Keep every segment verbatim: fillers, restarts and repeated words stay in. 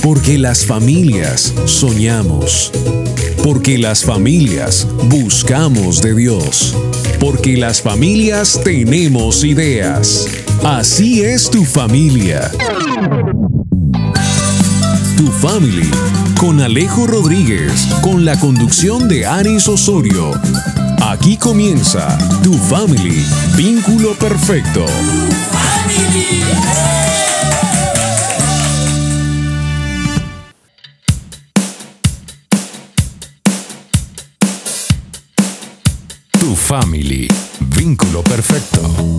Porque las familias soñamos. Porque las familias buscamos de Dios. Porque las familias tenemos ideas. Así es tu familia. Tu Family, con Alejo Rodríguez, con la conducción de Aris Osorio. Aquí comienza Tu Family, vínculo perfecto. Tu Family, vínculo perfecto.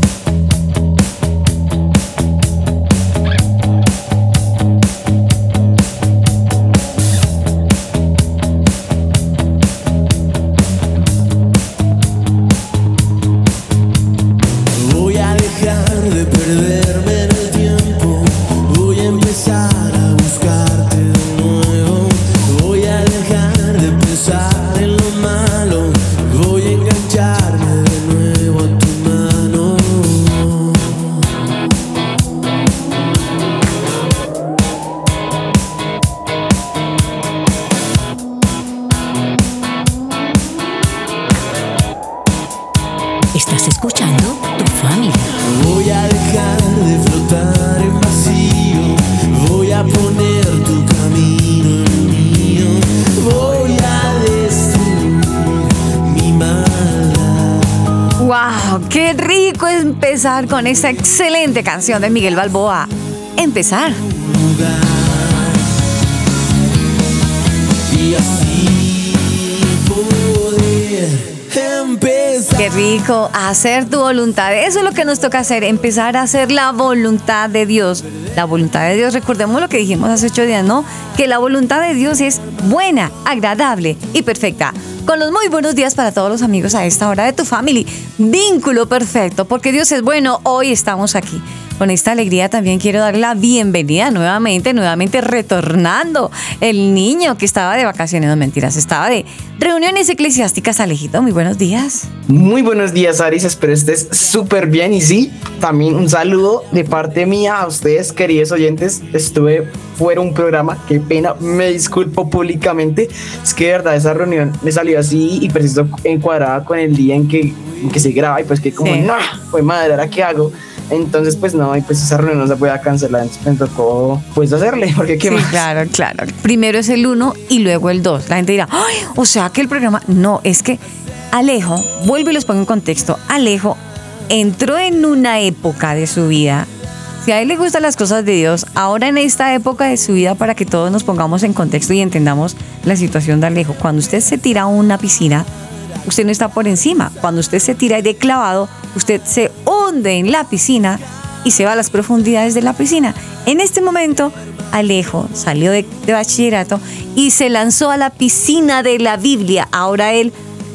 Estás escuchando Tu Family. Voy a dejar de flotar en vacío. Voy a poner tu camino en el mío. Voy a destruir mi maldad. ¡Wow! ¡Qué rico empezar con esta excelente canción de Miguel Balboa! Empezar. Y así poder empezar. Qué rico hacer tu voluntad. Eso es lo que nos toca hacer, empezar a hacer la voluntad de Dios. La voluntad de Dios, recordemos lo que dijimos hace ocho días, ¿no? Que la voluntad de Dios es buena, agradable y perfecta. Con los muy buenos días para todos los amigos a esta hora de Tu Family. Vínculo perfecto, porque Dios es bueno. Hoy estamos aquí. Con esta alegría también quiero dar la bienvenida nuevamente, nuevamente retornando el niño que estaba de vacaciones, no mentiras, estaba de reuniones eclesiásticas. Alejito, muy buenos días. Muy buenos días, Aris, espero estés súper bien y sí, también un saludo de parte mía a ustedes, queridos oyentes. Estuve fuera un programa, qué pena, me disculpo públicamente, es que de verdad esa reunión me salió así y preciso encuadrada con el día en que, en que se graba y pues que como, sí. no, pues madre, ¿ahora qué hago? Entonces pues no, y pues esa reunión no se puede cancelar, entonces me tocó pues hacerle, porque qué sí, más. Claro, claro, primero es el uno y luego el dos. La gente dirá, ay, o sea que el programa, no, es que Alejo, vuelvo y los pongo en contexto, Alejo entró en una época de su vida. Si a él le gustan las cosas de Dios, ahora en esta época de su vida, para que todos nos pongamos en contexto y entendamos la situación de Alejo, cuando usted se tira a una piscina, usted no está por encima. Cuando usted se tira de clavado, usted se hunde en la piscina y se va a las profundidades de la piscina. En este momento, Alejo salió de, de bachillerato y se lanzó a la piscina de la Biblia. Ahora él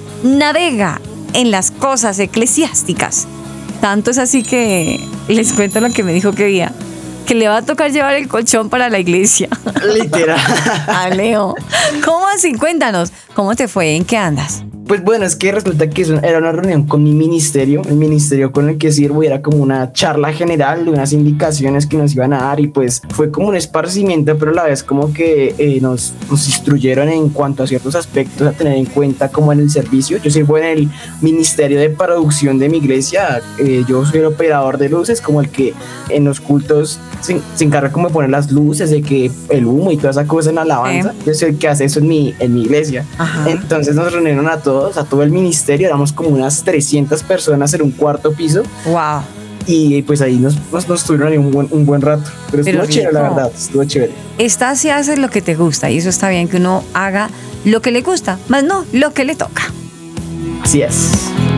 navega en las cosas eclesiásticas. Tanto es así que les cuento lo que me dijo que día, que le va a tocar llevar el colchón para la iglesia. Literal. Alejo, ¿cómo así? Cuéntanos, ¿cómo te fue? ¿En qué andas? Pues bueno, es que resulta que era una reunión con mi ministerio, el ministerio con el que sirvo, y era como una charla general de unas indicaciones que nos iban a dar, y pues fue como un esparcimiento, pero a la vez como que eh, nos, nos instruyeron en cuanto a ciertos aspectos a tener en cuenta como en el servicio. Yo sirvo en el ministerio de producción de mi iglesia, eh, yo soy el operador de luces, como el que en los cultos se, se encarga como de poner las luces, de que el humo y toda esa cosa en la alabanza. ¿Eh? Yo soy el que hace eso en mi, en mi iglesia. Ajá. Entonces nos reunieron a todos, a todo el ministerio, éramos como unas trescientas personas en un cuarto piso. Wow. Y pues ahí nos, nos, nos tuvieron ahí un buen, un buen rato. Pero, Pero estuvo chévere, la verdad, estuvo chévere. Estás y haces lo que te gusta, y eso está bien, que uno haga lo que le gusta, más no lo que le toca. Así es.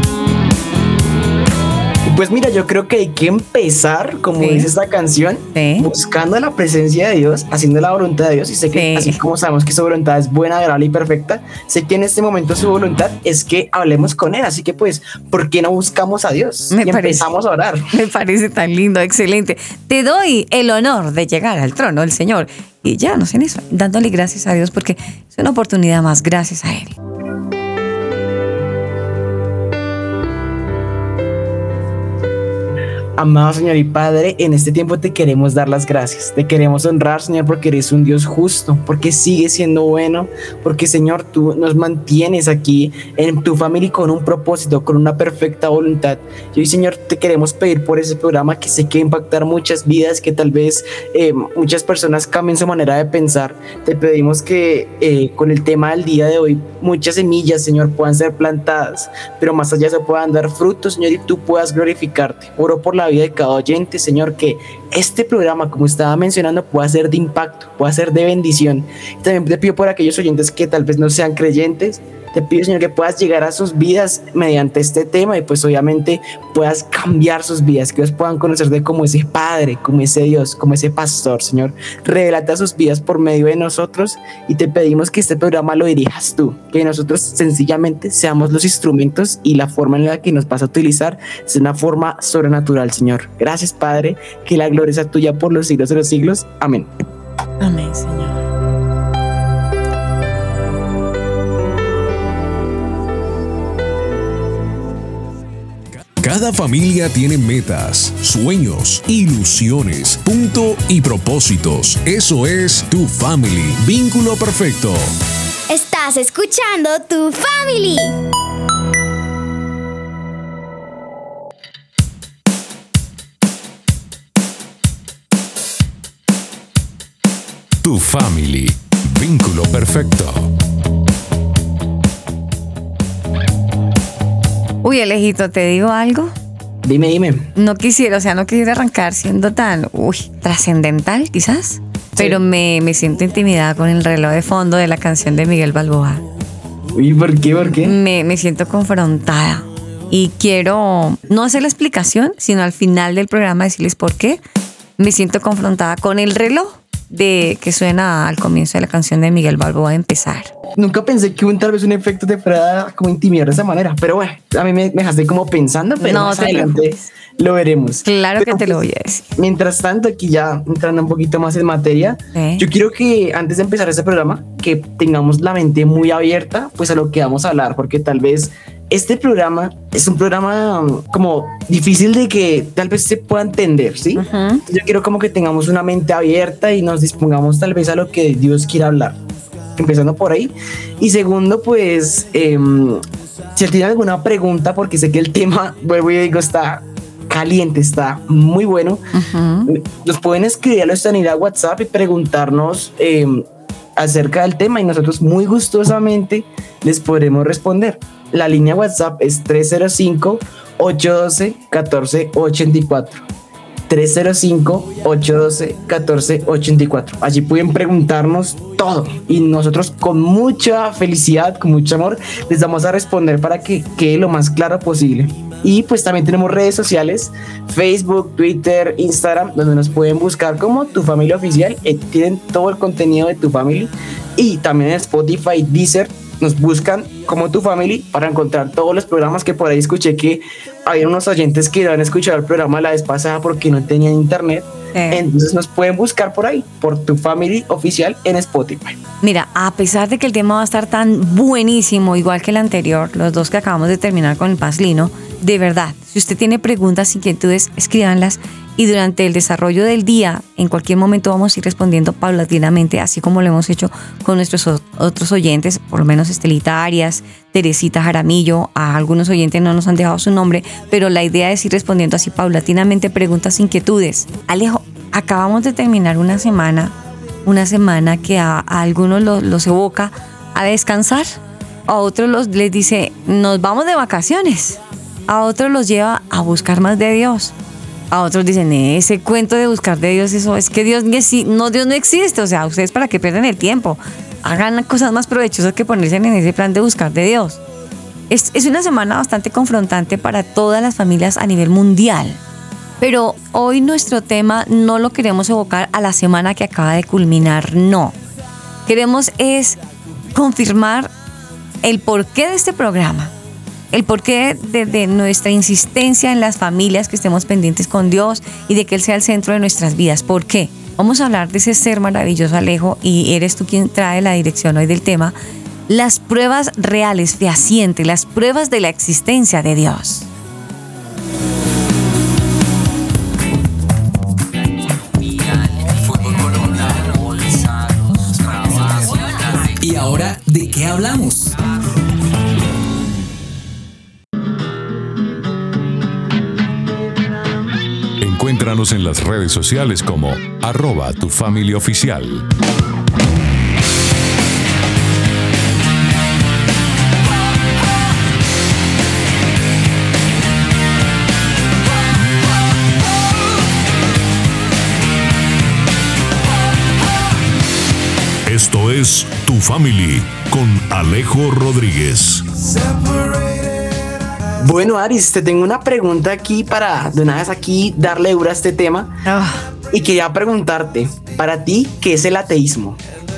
Pues mira, yo creo que hay que empezar, como sí. dice esta canción, sí. buscando la presencia de Dios, haciendo la voluntad de Dios. Y sé que sí. así como sabemos que su voluntad es buena, agradable y perfecta, sé que en este momento su voluntad es que hablemos con Él. Así que pues, ¿por qué no buscamos a Dios? Me y parece, empezamos a orar. Me parece tan lindo, excelente. Te doy el honor de llegar al trono del Señor. Y ya, no sé en eso, dándole gracias a Dios porque es una oportunidad más, gracias a Él. Amado Señor y Padre, en este tiempo te queremos dar las gracias, te queremos honrar, Señor, porque eres un Dios justo, porque sigues siendo bueno, porque, Señor, tú nos mantienes aquí en tu familia con un propósito, con una perfecta voluntad. Y hoy, Señor, te queremos pedir por ese programa que sé que va a impactar muchas vidas, que tal vez eh, muchas personas cambien su manera de pensar. Te pedimos que eh, con el tema del día de hoy, muchas semillas, Señor, puedan ser plantadas, pero más allá se puedan dar frutos, Señor, y tú puedas glorificarte. Oro por la vida de cada oyente, Señor, que este programa, como estaba mencionando, pueda ser de impacto, pueda ser de bendición. Y también te pido por aquellos oyentes que tal vez no sean creyentes, te pido, Señor, que puedas llegar a sus vidas mediante este tema y pues obviamente puedas cambiar sus vidas, que ellos puedan conocerte como ese Padre, como ese Dios, como ese Pastor, Señor. Revélate a sus vidas por medio de nosotros y te pedimos que este programa lo dirijas tú, que nosotros sencillamente seamos los instrumentos y la forma en la que nos vas a utilizar es una forma sobrenatural, Señor. Gracias, Padre, que la gloria sea tuya por los siglos de los siglos. Amén. Amén, Señor. Cada familia tiene metas, sueños, ilusiones, punto y propósitos. Eso es Tu Family, vínculo perfecto. Estás escuchando Tu Family. Tu Family, vínculo perfecto. Uy, Alejito, ¿te digo algo? Dime, dime. No quisiera, o sea, no quisiera arrancar siendo tan, uy, trascendental quizás, pero Sí. me, me siento intimidada con el reloj de fondo de la canción de Miguel Balboa. Uy, ¿por qué? ¿Por qué? Me, me siento confrontada y quiero no hacer la explicación, sino al final del programa decirles por qué me siento confrontada con el reloj de que suena al comienzo de la canción de Miguel Balboa de empezar. Nunca pensé que un tal vez un efecto te fuera como intimidar de esa manera, pero bueno, a mí me, me dejaste como pensando, pero No más te adelante preocupes. lo veremos. Claro Pero, que te lo pues, voy a decir. Mientras tanto, aquí ya entrando un poquito más en materia, Sí. yo quiero que antes de empezar este programa, que tengamos la mente muy abierta pues a lo que vamos a hablar, porque tal vez este programa es un programa um, como difícil de que tal vez se pueda entender, ¿sí? Ujú. Entonces, yo quiero como que tengamos una mente abierta y nos dispongamos tal vez a lo que Dios quiera hablar. Empezando por ahí. Y segundo, pues, eh, si tienen alguna pregunta, porque sé que el tema, vuelvo y digo, está caliente, está muy bueno, Ujú. nos pueden escribir a nuestra unidad WhatsApp y preguntarnos eh, acerca del tema y nosotros muy gustosamente les podremos responder. La línea WhatsApp es tres cero cinco, ocho uno dos, uno cuatro ocho cuatro. tres cero cinco, ocho uno dos, uno cuatro ocho cuatro. Allí pueden preguntarnos todo y nosotros con mucha felicidad, con mucho amor, les vamos a responder para que quede lo más claro posible. Y pues también tenemos redes sociales, Facebook, Twitter, Instagram, donde nos pueden buscar como Tu Familia Oficial. Eh, tienen todo el contenido de Tu Family. Y también en Spotify, Deezer, nos buscan como Tu Family para encontrar todos los programas que por ahí escuché que había unos oyentes que iban a escuchar el programa la vez pasada porque no tenían internet. Sí. Entonces nos pueden buscar por ahí, por Tu Family Oficial en Spotify. Mira, a pesar de que el tema va a estar tan buenísimo, igual que el anterior, los dos que acabamos de terminar con el Pazlino, de verdad, si usted tiene preguntas, inquietudes, escríbanlas y durante el desarrollo del día, en cualquier momento vamos a ir respondiendo paulatinamente, así como lo hemos hecho con nuestros o- otros oyentes, por lo menos Estelita Arias, Teresita Jaramillo, a algunos oyentes no nos han dejado su nombre, pero la idea es ir respondiendo así paulatinamente preguntas, inquietudes. Alejo, acabamos de terminar una semana, una semana que a, a algunos los, los evoca a descansar, a otros los, les dice, nos vamos de vacaciones, a otros los lleva a buscar más de Dios, a otros dicen, ese cuento de buscar de Dios, eso es que Dios, ni exi- no, Dios no existe, o sea, ustedes para qué pierden el tiempo, hagan cosas más provechosas que ponerse en ese plan de buscar de Dios. Es, es una semana bastante confrontante para todas las familias a nivel mundial. Pero hoy nuestro tema no lo queremos evocar a la semana que acaba de culminar, no. Queremos es confirmar el porqué de este programa, el porqué de, de nuestra insistencia en las familias que estemos pendientes con Dios y de que Él sea el centro de nuestras vidas. ¿Por qué? Vamos a hablar de ese ser maravilloso, Alejo, y eres tú quien trae la dirección hoy del tema, las pruebas reales, fehacientes, las pruebas de la existencia de Dios. hablamos. Encuéntranos en las redes sociales como arroba tu familia oficial. Esto es Tu Family con Alejo Rodríguez. Bueno, Aris, te tengo una pregunta aquí para de una vez aquí darle dura a este tema. Oh. Y quería preguntarte, para ti, ¿qué es el ateísmo?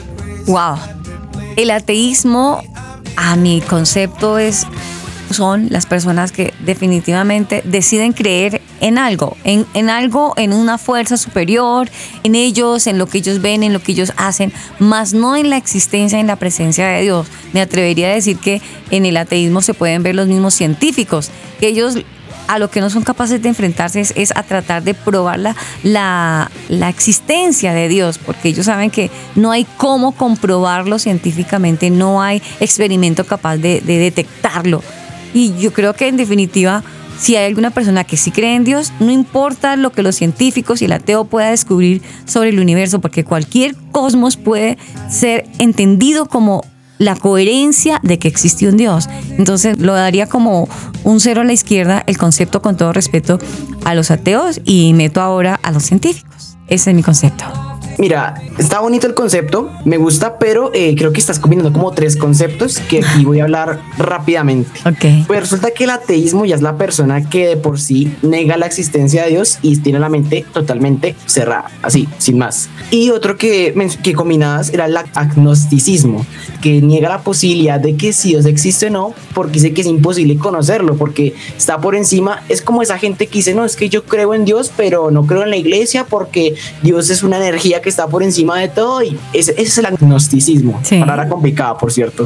Wow. El ateísmo, a mi concepto, es son las personas que definitivamente deciden creer en algo, en, en algo, en una fuerza superior, en ellos, en lo que ellos ven, en lo que ellos hacen, más no en la existencia, en la presencia de Dios. Me atrevería a decir que en el ateísmo se pueden ver los mismos científicos, que ellos a lo que no son capaces de enfrentarse es, es a tratar de probar la, la, la existencia de Dios, porque ellos saben que no hay cómo comprobarlo científicamente, no hay experimento capaz de, de detectarlo. Y yo creo que en definitiva, si hay alguna persona que sí cree en Dios, no importa lo que los científicos y el ateo pueda descubrir sobre el universo, porque cualquier cosmos puede ser entendido como la coherencia de que existe un Dios. Entonces lo daría como un cero a la izquierda el concepto, con todo respeto a los ateos, y meto ahora a los científicos. Ese es mi concepto. Mira, está bonito el concepto, me gusta, pero eh, creo que estás combinando como tres conceptos que aquí voy a hablar rápidamente. Ok. Pues resulta que el ateísmo ya es la persona que de por sí nega la existencia de Dios y tiene la mente totalmente cerrada, así, sin más. Y otro que, que combinabas era el agnosticismo, que niega la posibilidad de que si Dios existe o no, porque dice que es imposible conocerlo, porque está por encima. Es como esa gente que dice, no, es que yo creo en Dios, pero no creo en la iglesia porque Dios es una energía que está por encima de todo, y ese, ese es el agnosticismo. Sí. Palabra complicada, por cierto.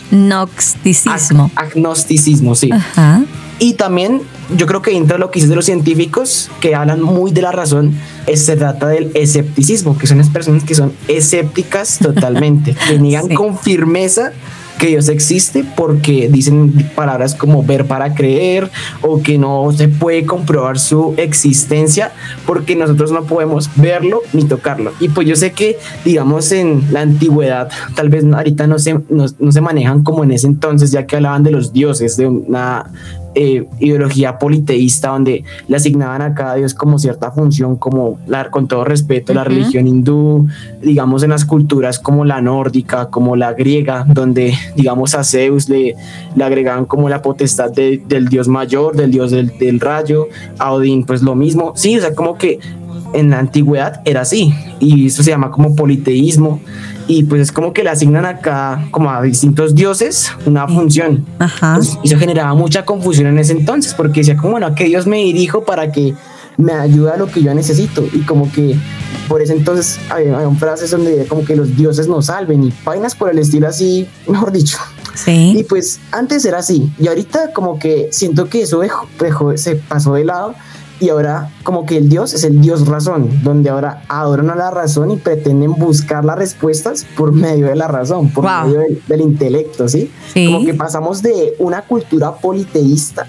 Agnosticismo. Ag- agnosticismo, sí. Ajá. Y también yo creo que entra lo que dices de los científicos que hablan muy de la razón. Es, se trata del escepticismo, que son las personas que son escépticas totalmente, que niegan sí. con firmeza que Dios existe, porque dicen palabras como ver para creer, o que no se puede comprobar su existencia porque nosotros no podemos verlo ni tocarlo. Y pues yo sé que, digamos, en la antigüedad, tal vez ahorita no se, no, no se manejan como en ese entonces, ya que hablaban de los dioses, de una eh, ideología politeísta donde le asignaban a cada dios como cierta función, como la, con todo respeto, uh-huh. la religión hindú, digamos en las culturas como la nórdica, como la griega, donde digamos a Zeus le, le agregaban como la potestad de, del dios mayor, del dios del, del rayo, a Odín pues lo mismo. Sí, o sea, como que en la antigüedad era así, y eso se llama como politeísmo, y pues es como que le asignan acá como a distintos dioses una función. Ajá. Pues, y eso generaba mucha confusión en ese entonces, porque decía como, bueno, ¿a qué Dios me dirijo para que me ayude a lo que yo necesito? Y como que por ese entonces había, había frases donde como que los dioses nos salven y vainas por el estilo así, mejor dicho. Sí. Y pues antes era así, y ahorita como que siento que eso dejó, dejó, se pasó de lado. Y ahora como que el Dios es el Dios razón, donde ahora adoran a la razón y pretenden buscar las respuestas por medio de la razón, por wow. medio del, del intelecto, ¿sí? ¿sí? Como que pasamos de una cultura politeísta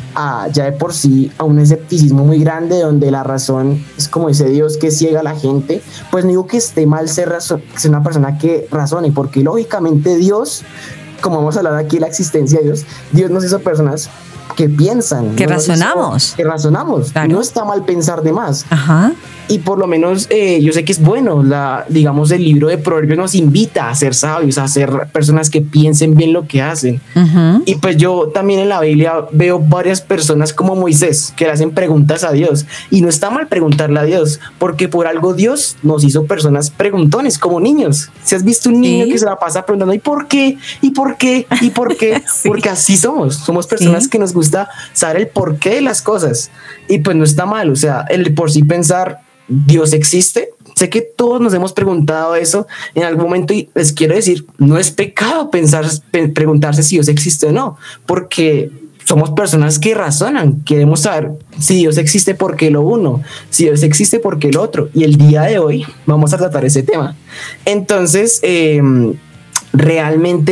a ya de por sí a un escepticismo muy grande, donde la razón es como ese Dios que ciega a la gente. Pues no digo que esté mal ser, razón, ser una persona que razone, porque lógicamente Dios, como vamos a hablar aquí de la existencia de Dios, Dios nos hizo personas que piensan, que no razonamos, hizo, que razonamos. Claro. No está mal pensar de más. Ajá. Y por lo menos eh, yo sé que es bueno, la, digamos, el libro de Proverbios nos invita a ser sabios, a ser personas que piensen bien lo que hacen. Uh-huh. Y pues yo también en la Biblia veo varias personas como Moisés que le hacen preguntas a Dios, y no está mal preguntarle a Dios, porque por algo Dios nos hizo personas preguntones como niños. Si has visto un niño ¿sí? que se la pasa preguntando ¿y por qué? ¿y por qué? ¿y por qué? sí. Porque así somos, somos personas ¿sí? que nos gusta saber el porqué de las cosas, y pues no está mal, o sea, el por sí pensar ¿Dios existe? Sé que todos nos hemos preguntado eso en algún momento, y les quiero decir, no es pecado pensar, preguntarse si Dios existe o no, porque somos personas que razonan, queremos saber si Dios existe porque lo uno, si Dios existe porque el otro, y el día de hoy vamos a tratar ese tema. Entonces, eh, realmente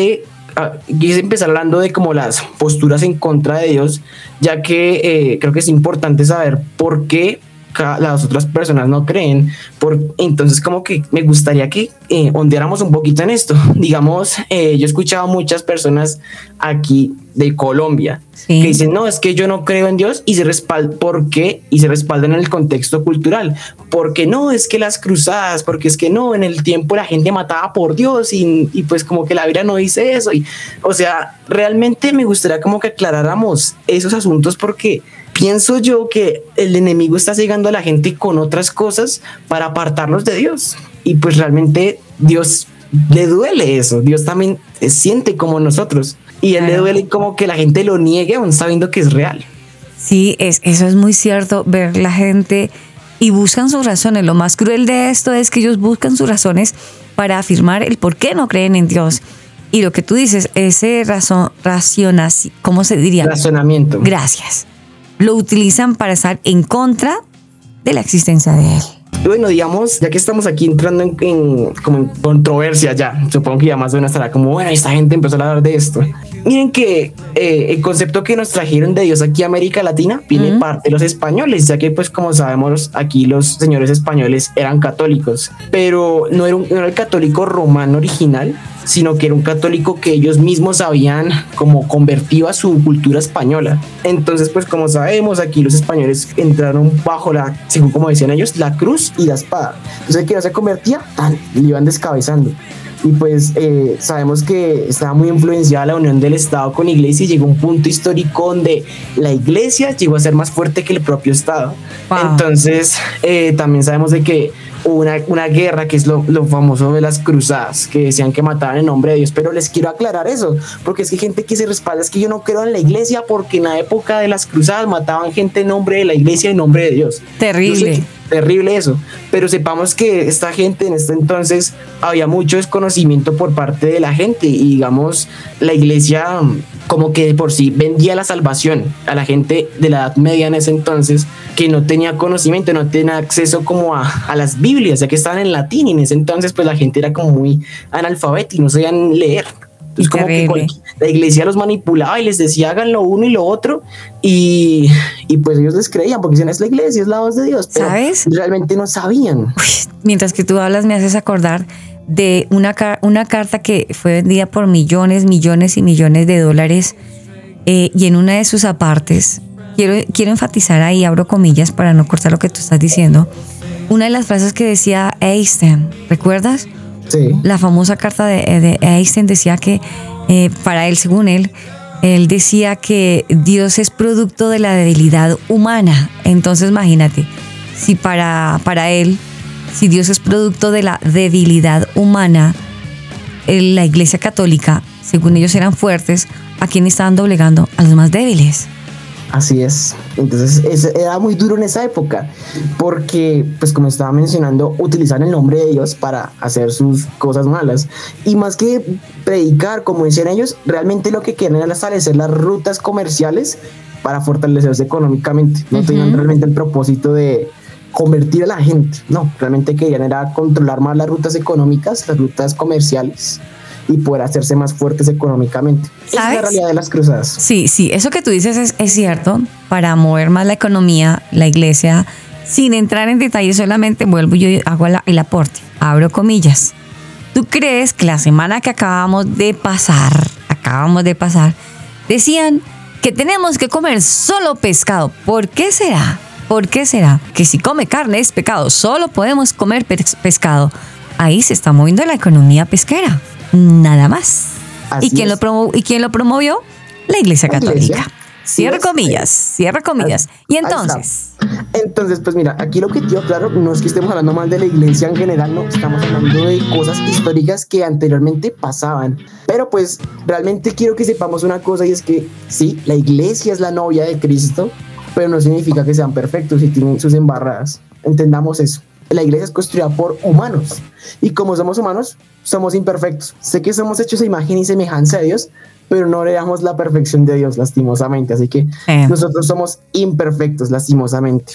ah, quise empezar hablando de como las posturas en contra de Dios, ya que eh, creo que es importante saber por qué las otras personas no creen. Por, entonces como que me gustaría que eh, ondeáramos un poquito en esto. Digamos, eh, yo he escuchado a muchas personas aquí de Colombia sí. que dicen, no, es que yo no creo en Dios, y se respaldan, ¿por qué? Y se respaldan en el contexto cultural, porque no, es que las cruzadas, porque es que no, en el tiempo la gente mataba por Dios, y, y pues como que la Biblia no dice eso, y, o sea, realmente me gustaría como que aclaráramos esos asuntos, porque pienso yo que el enemigo está llegando a la gente con otras cosas para apartarnos de Dios, y pues realmente Dios le duele eso. Dios también siente como nosotros, y a él le duele como que la gente lo niegue aún sabiendo que es real. Sí, es, eso es muy cierto, ver la gente y buscan sus razones. Lo más cruel de esto es que ellos buscan sus razones para afirmar el por qué no creen en Dios. Y lo que tú dices, ese razón, racionación, ¿cómo se diría? Razonamiento. Gracias. Lo utilizan para estar en contra de la existencia de él. Bueno, digamos, ya que estamos aquí entrando en, en, como en controversia ya, supongo que ya más de una estará como, bueno, esta gente empezó a hablar de esto. Miren que eh, el concepto que nos trajeron de Dios aquí a América Latina viene uh-huh. parte de los españoles, ya que pues como sabemos aquí los señores españoles eran católicos, pero no era, un, no era el católico romano original, sino que era un católico que ellos mismos habían como convertido a su cultura española. Entonces pues como sabemos aquí los españoles entraron bajo la, según como decían ellos, la cruz y la espada. Entonces el que no se convertía, tan, le iban descabezando. Y pues eh, sabemos que estaba muy influenciada la unión del Estado con la Iglesia, y llegó un punto histórico donde la Iglesia llegó a ser más fuerte que el propio Estado. Wow. Entonces eh, también sabemos de que hubo una, una guerra, que es lo, lo famoso de las cruzadas, que decían que mataban en nombre de Dios, pero les quiero aclarar eso, porque es que hay gente que se respalda, es que yo no creo en la Iglesia porque en la época de las cruzadas mataban gente en nombre de la Iglesia y en nombre de Dios. Terrible. Terrible eso, pero sepamos que esta gente en este entonces había mucho desconocimiento por parte de la gente, y digamos la Iglesia como que de por sí vendía la salvación a la gente de la Edad Media en ese entonces, que no tenía conocimiento, no tenía acceso como a, a las Biblias, ya que estaban en latín, y en ese entonces pues la gente era como muy analfabeta y no sabían leer. Entonces como que la Iglesia los manipulaba y les decía hagan lo uno y lo otro, y, y pues ellos les creían porque decían es la Iglesia, es la voz de Dios, pero ¿sabes? Realmente no sabían. Uy, mientras que tú hablas me haces acordar de una, una carta que fue vendida por millones, millones y millones de dólares, eh, y en una de sus apartes, quiero, quiero enfatizar ahí, abro comillas para no cortar lo que tú estás diciendo, una de las frases que decía Einstein, ¿recuerdas? Sí. La famosa carta de, de Einstein decía que eh, para él, según él, él decía que Dios es producto de la debilidad humana. Entonces imagínate, si para, para él, si Dios es producto de la debilidad humana, la Iglesia Católica, según ellos eran fuertes, ¿a quién estaban doblegando? A los más débiles. Así es. Entonces es, era muy duro en esa época, porque pues como estaba mencionando, utilizan el nombre de Dios para hacer sus cosas malas, y más que predicar como decían ellos, realmente lo que querían era establecer las rutas comerciales para fortalecerse económicamente. No uh-huh. tenían realmente el propósito de convertir a la gente, no, realmente querían era controlar más las rutas económicas, las rutas comerciales, y poder hacerse más fuertes económicamente. ¿Sabes? Esa es la realidad de las cruzadas. Sí, sí, eso que tú dices es, es cierto. Para mover más la economía, la Iglesia, sin entrar en detalles, solamente vuelvo y yo hago la, el aporte. Abro comillas. ¿Tú crees que la semana que acabamos de pasar, acabamos de pasar, decían que tenemos que comer solo pescado? ¿Por qué será? ¿Por qué será que si come carne es pecado? Solo podemos comer pescado. Ahí se está moviendo la economía pesquera. Nada más. Así ¿Y quién, es. lo promo- ¿Y quién lo promovió? La Iglesia La Católica. Iglesia. Cierra Sí, comillas, cierra comillas. Y Ahí entonces, está. Entonces, pues mira, aquí lo que yo, claro, no es que estemos hablando mal de la Iglesia en general, no, estamos hablando de cosas históricas que anteriormente pasaban. Pero pues realmente quiero que sepamos una cosa, y es que sí, la Iglesia es la novia de Cristo, pero no significa que sean perfectos y tienen sus embarradas. Entendamos eso. La Iglesia es construida por humanos, y como somos humanos, somos imperfectos. Sé que somos hechos a imagen y semejanza de Dios, pero no heredamos la perfección de Dios, lastimosamente. Así que eh. nosotros somos imperfectos, lastimosamente.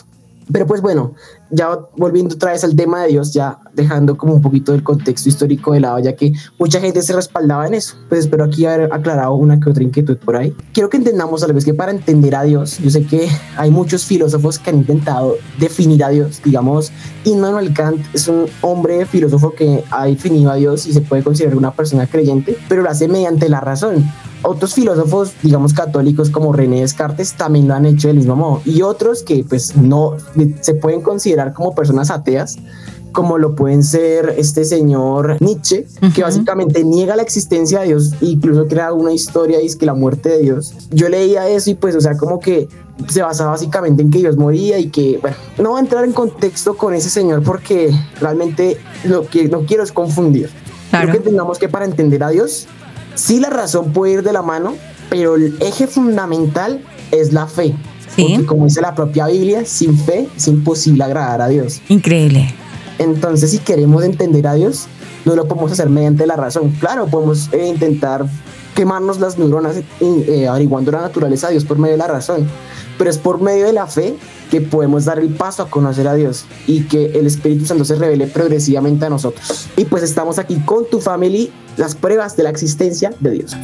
Pero pues bueno, ya volviendo otra vez al tema de Dios, ya dejando como un poquito del contexto histórico de lado, ya que mucha gente se respaldaba en eso, pues espero aquí haber aclarado una que otra inquietud por ahí. Quiero que entendamos a la vez que para entender a Dios, yo sé que hay muchos filósofos que han intentado definir a Dios, digamos, Immanuel Kant es un hombre filósofo que ha definido a Dios y se puede considerar una persona creyente, pero lo hace mediante la razón. Otros filósofos, digamos católicos como René Descartes, también lo han hecho del mismo modo. Y otros que pues no se pueden considerar como personas ateas, como lo pueden ser este señor Nietzsche, uh-huh. que básicamente niega la existencia de Dios e incluso crea una historia y es que la muerte de Dios. Yo leía eso y pues, o sea, como que se basaba básicamente en que Dios moría y que, bueno, no voy a entrar en contexto con ese señor porque realmente lo que no quiero es confundir. Claro. Creo que entendamos que para entender a Dios, sí, la razón puede ir de la mano, pero el eje fundamental es la fe. ¿Sí? Porque como dice la propia Biblia, sin fe es imposible agradar a Dios. Increíble. Entonces, si queremos entender a Dios, no lo podemos hacer mediante la razón. Claro, podemos eh, intentar quemarnos las neuronas eh, averiguando la naturaleza de Dios por medio de la razón, pero es por medio de la fe que podemos dar el paso a conocer a Dios y que el Espíritu Santo se revele progresivamente a nosotros. Y pues estamos aquí con tu family, las pruebas de la existencia de Dios.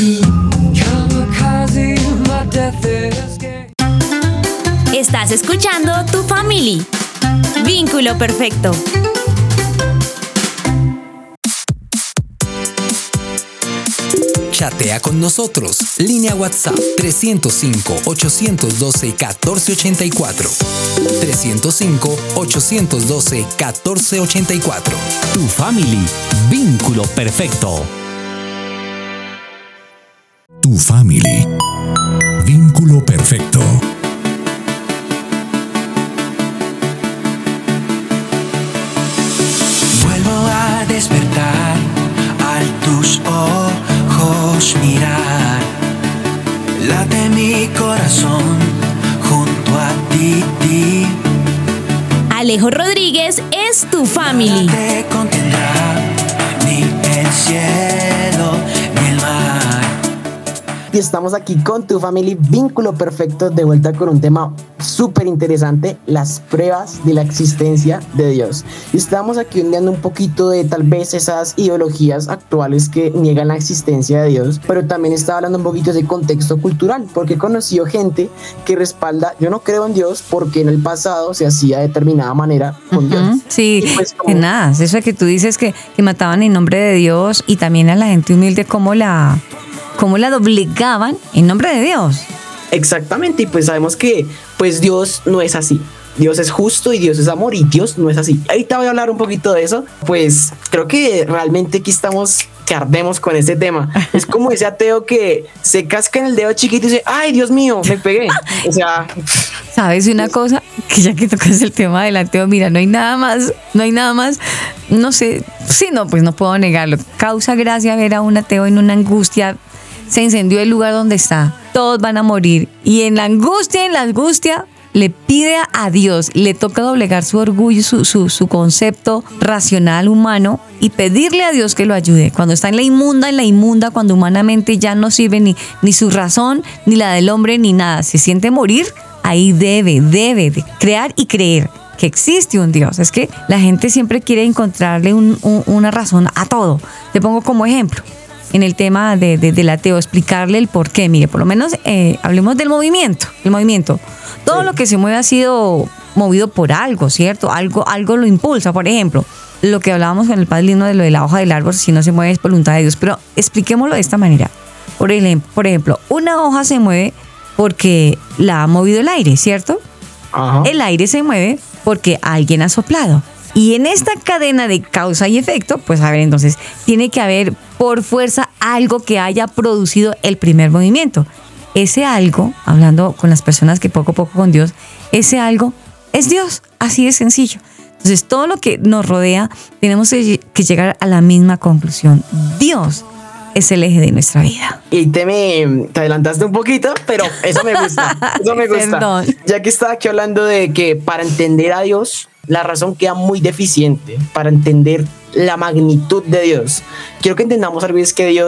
Estás escuchando Tu Family. Vínculo perfecto. Chatea con nosotros. Línea WhatsApp tres cero cinco, ocho uno dos, uno cuatro ocho cuatro. tres cero cinco, ocho uno dos, uno cuatro ocho cuatro. Tu Family. Vínculo perfecto. Tu Family. Vínculo perfecto. Vuelvo a despertar al tus ojos mirar. Late mi corazón junto a ti, ti. Alejo Rodríguez es Tu Family. Nada te contendrá, ni el cielo ni el mar. Y estamos aquí con Tu Family, vínculo perfecto, de vuelta con un tema súper interesante, las pruebas de la existencia de Dios. Y estamos aquí ondeando un poquito de tal vez esas ideologías actuales que niegan la existencia de Dios, pero también estaba hablando un poquito de contexto cultural, porque he conocido gente que respalda, yo no creo en Dios porque en el pasado se hacía de determinada manera con uh-huh. Dios. Sí, pues como, que nada, eso que tú dices que, que mataban en nombre de Dios y también a la gente humilde, como la... cómo la doblegaban en nombre de Dios. Exactamente, y pues sabemos que pues Dios no es así. Dios es justo y Dios es amor y Dios no es así. Ahorita voy a hablar un poquito de eso. Pues creo que realmente aquí estamos que ardemos con este tema. Es como ese ateo que se casca en el dedo chiquito y dice, ay, Dios mío, me pegué. O sea... ¿Sabes una cosa? Que ya que tocas el tema del ateo, mira, no hay nada más, no hay nada más, no sé, sí, no, pues no puedo negarlo. Causa gracia ver a un ateo en una angustia. Se incendió el lugar donde está, todos van a morir y en la angustia, en la angustia le pide a Dios, le toca doblegar su orgullo, su, su, su concepto racional humano y pedirle a Dios que lo ayude. Cuando está en la inmunda, en la inmunda, cuando humanamente ya no sirve ni, ni su razón, ni la del hombre, ni nada, se siente morir, ahí debe, debe de crear y creer que existe un Dios. Es que la gente siempre quiere encontrarle un, un, una razón a todo. Te pongo como ejemplo. En el tema de, de, del ateo, explicarle el por qué. Mire, por lo menos eh, hablemos del movimiento. El movimiento. Todo sí. Lo que se mueve ha sido movido por algo, ¿cierto? Algo, algo lo impulsa. Por ejemplo, lo que hablábamos con el padre Lino de lo de la hoja del árbol, si no se mueve es voluntad de Dios. Pero expliquémoslo de esta manera. Por ejemplo, por ejemplo, una hoja se mueve porque la ha movido el aire, ¿cierto? Ajá. El aire se mueve porque alguien ha soplado. Y en esta cadena de causa y efecto, pues a ver, entonces, tiene que haber por fuerza algo que haya producido el primer movimiento. Ese algo, hablando con las personas que poco a poco con Dios, ese algo es Dios, así de sencillo. Entonces, todo lo que nos rodea, tenemos que llegar a la misma conclusión. Dios es el eje de nuestra vida. Y te me te adelantaste un poquito, pero eso me gusta, eso me gusta. Perdón. Ya que estaba aquí hablando de que para entender a Dios, la razón queda muy deficiente para entender la magnitud de Dios. Quiero que entendamos algo, es que Dios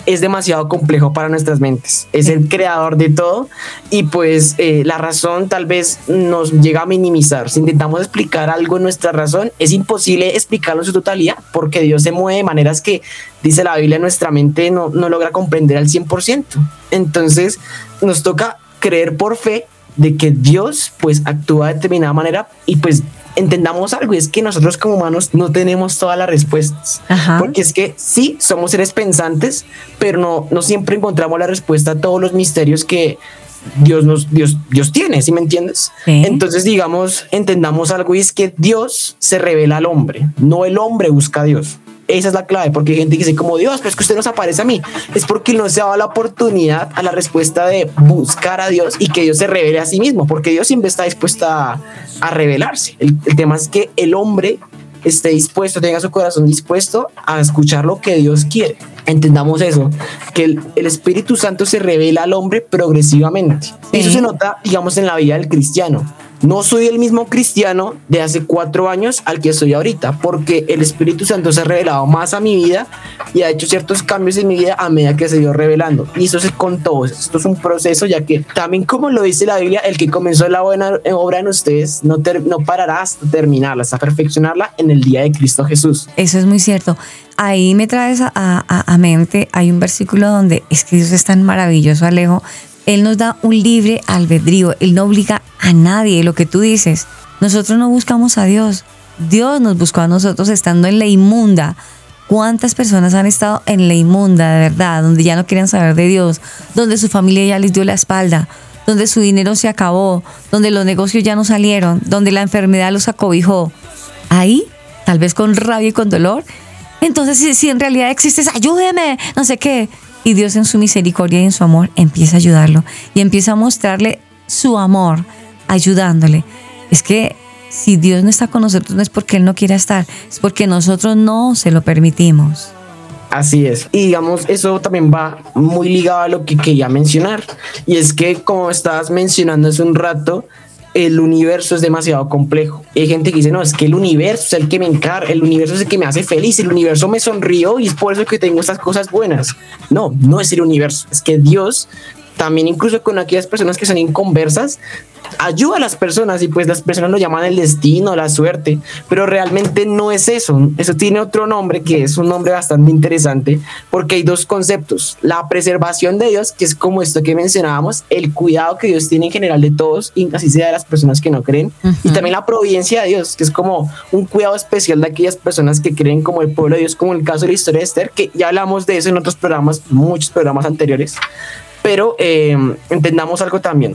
es demasiado complejo para nuestras mentes. Es el creador de todo y pues eh, la razón tal vez nos llega a minimizar. Si intentamos explicar algo en nuestra razón, es imposible explicarlo en su totalidad porque Dios se mueve de maneras que, dice la Biblia, nuestra mente no, no logra comprender al cien por ciento. Entonces nos toca creer por fe de que Dios pues actúa de determinada manera y pues entendamos algo, y es que nosotros como humanos no tenemos todas las respuestas. Ajá. Porque es que sí, somos seres pensantes, pero no, no siempre encontramos la respuesta a todos los misterios que Dios nos Dios, Dios tiene, ¿sí me entiendes? Sí. Entonces, digamos, entendamos algo, y es que Dios se revela al hombre, no el hombre busca a Dios. Esa es la clave, porque hay gente que dice como Dios, pero es que usted nos aparece a mí. Es porque no se ha dado la oportunidad a la respuesta de buscar a Dios y que Dios se revele a sí mismo, porque Dios siempre está dispuesto a, a revelarse. El, el tema es que el hombre esté dispuesto, tenga su corazón dispuesto a escuchar lo que Dios quiere. Entendamos eso, que el, el Espíritu Santo se revela al hombre progresivamente. Sí. Eso se nota, digamos, en la vida del cristiano. No soy el mismo cristiano de hace cuatro años al que soy ahorita, porque el Espíritu Santo se ha revelado más a mi vida y ha hecho ciertos cambios en mi vida a medida que se dio revelando. Y eso es con todos. Esto es un proceso, ya que también, como lo dice la Biblia, el que comenzó la buena obra en ustedes no, ter- no parará hasta terminarla, hasta perfeccionarla en el día de Cristo Jesús. Eso es muy cierto. Ahí me traes a, a, a mente, hay un versículo donde es que Dios es tan maravilloso, Alejo. Él nos da un libre albedrío, Él no obliga a nadie, lo que tú dices. Nosotros no buscamos a Dios, Dios nos buscó a nosotros estando en la inmunda. ¿Cuántas personas han estado en la inmunda, de verdad, donde ya no quieren saber de Dios, donde su familia ya les dio la espalda, donde su dinero se acabó, donde los negocios ya no salieron, donde la enfermedad los acobijó? Ahí, tal vez con rabia y con dolor. Entonces, si, si en realidad existes, ayúdeme, no sé qué. Y Dios en su misericordia y en su amor empieza a ayudarlo y empieza a mostrarle su amor, ayudándole. Es que si Dios no está con nosotros no es porque Él no quiera estar, es porque nosotros no se lo permitimos. Así es. Y digamos, eso también va muy ligado a lo que quería mencionar. Y es que, como estabas mencionando hace un rato, el universo es demasiado complejo. Hay gente que dice, no, es que el universo es el que me encarga, el universo es el que me hace feliz, el universo me sonrió y es por eso que tengo estas cosas buenas. No, no es el universo, es que Dios también, incluso con aquellas personas que son inconversas, ayuda a las personas y pues las personas lo llaman el destino, la suerte, pero realmente no es eso. Eso tiene otro nombre que es un nombre bastante interesante, porque hay dos conceptos: la preservación de Dios, que es como esto que mencionábamos, el cuidado que Dios tiene en general de todos, y así sea de las personas que no creen, uh-huh. y también la providencia de Dios, que es como un cuidado especial de aquellas personas que creen, como el pueblo de Dios, como el caso de la historia de Esther, que ya hablamos de eso en otros programas, muchos programas anteriores. Pero eh, entendamos algo también,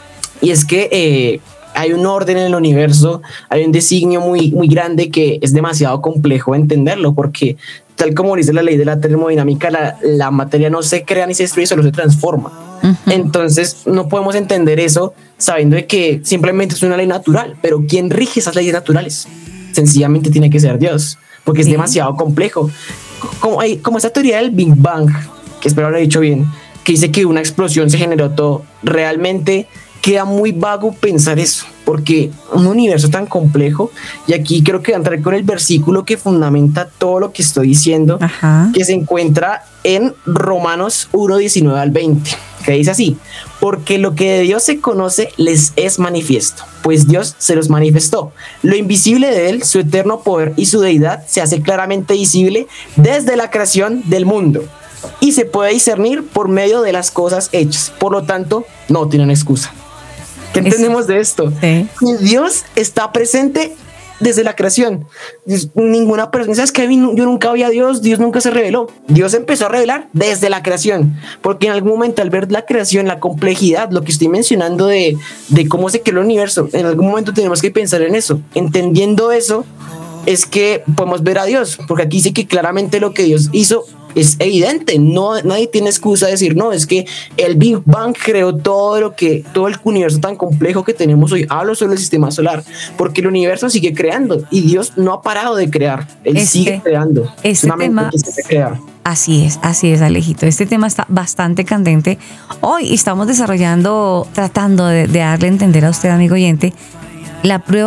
y es que eh, hay un orden en el universo, hay un designio muy, muy grande que es demasiado complejo entenderlo, porque tal como dice la ley de la termodinámica, la, la materia no se crea ni se destruye, solo se transforma. Uh-huh. Entonces no podemos entender eso sabiendo de que simplemente es una ley natural, pero ¿quién rige esas leyes naturales? Sencillamente tiene que ser Dios, porque es sí. demasiado complejo. Como, hay, como esta teoría del Big Bang, que espero haberlo dicho bien, que dice que una explosión se generó todo, realmente queda muy vago pensar eso, porque un universo tan complejo, y aquí creo que voy a entrar con el versículo que fundamenta todo lo que estoy diciendo, Ajá. que se encuentra en Romanos uno, diecinueve al veinte, que dice así: porque lo que de Dios se conoce les es manifiesto, pues Dios se los manifestó. Lo invisible de Él, su eterno poder y su deidad, se hace claramente visible desde la creación del mundo, y se puede discernir por medio de las cosas hechas. Por lo tanto, no tienen excusa. ¿Qué entendemos de esto? Sí. Dios está presente desde la creación. Ninguna persona, ¿sabes qué? Yo nunca vi a Dios, Dios nunca se reveló. Dios empezó a revelar desde la creación, porque en algún momento, al ver la creación, la complejidad, lo que estoy mencionando de, de cómo se creó el universo, en algún momento tenemos que pensar en eso. Entendiendo eso, es que podemos ver a Dios, porque aquí dice que claramente lo que Dios hizo es evidente. No, nadie tiene excusa de decir, no, es que el Big Bang creó todo lo que, todo el universo tan complejo que tenemos hoy. Hablo sobre el sistema solar, porque el universo sigue creando y Dios no ha parado de crear. Él este, sigue creando. Este tema, que crear. Así es, así es, Alejito. Este tema está bastante candente. Hoy estamos desarrollando, tratando de, de darle a entender a usted, amigo oyente, la prueba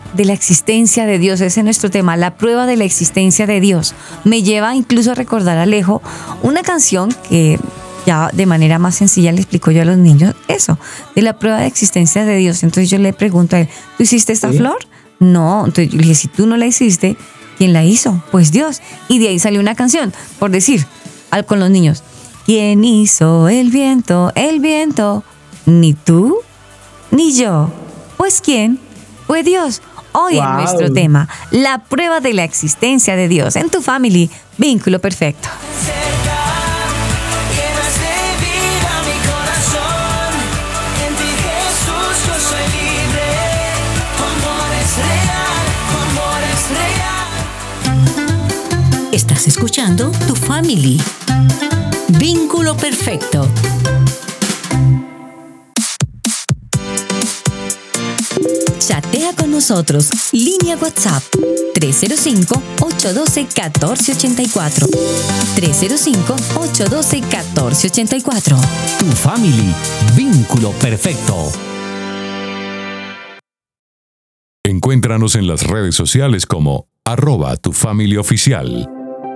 de la existencia de Dios. Ese es nuestro tema, la prueba de la existencia de Dios. Me lleva incluso a recordar a Alejo una canción que ya de manera más sencilla le explico yo a los niños eso, de la prueba de existencia de Dios. Entonces yo le pregunto a él, ¿tú hiciste esta ¿Sí? flor? No. Entonces yo le dije, si tú no la hiciste, ¿quién la hizo? Pues Dios. Y de ahí salió una canción, por decir, al con los niños. ¿Quién hizo el viento? El viento. Ni tú, ni yo. Pues ¿quién? Fue Dios. Hoy en Wow. nuestro tema, la prueba de la existencia de Dios en tu family, vínculo perfecto. Llenas de vida mi corazón, en ti Jesús yo soy libre, tu amor es real, tu amor es real. Estás escuchando tu family. Vínculo perfecto. Chatea con nosotros. Línea WhatsApp tres cero cinco, ocho uno dos, uno cuatro ocho cuatro. tres cero cinco, ocho uno dos, uno cuatro ocho cuatro. Tu family. Vínculo perfecto. Encuéntranos en las redes sociales como arroba tu familia oficial.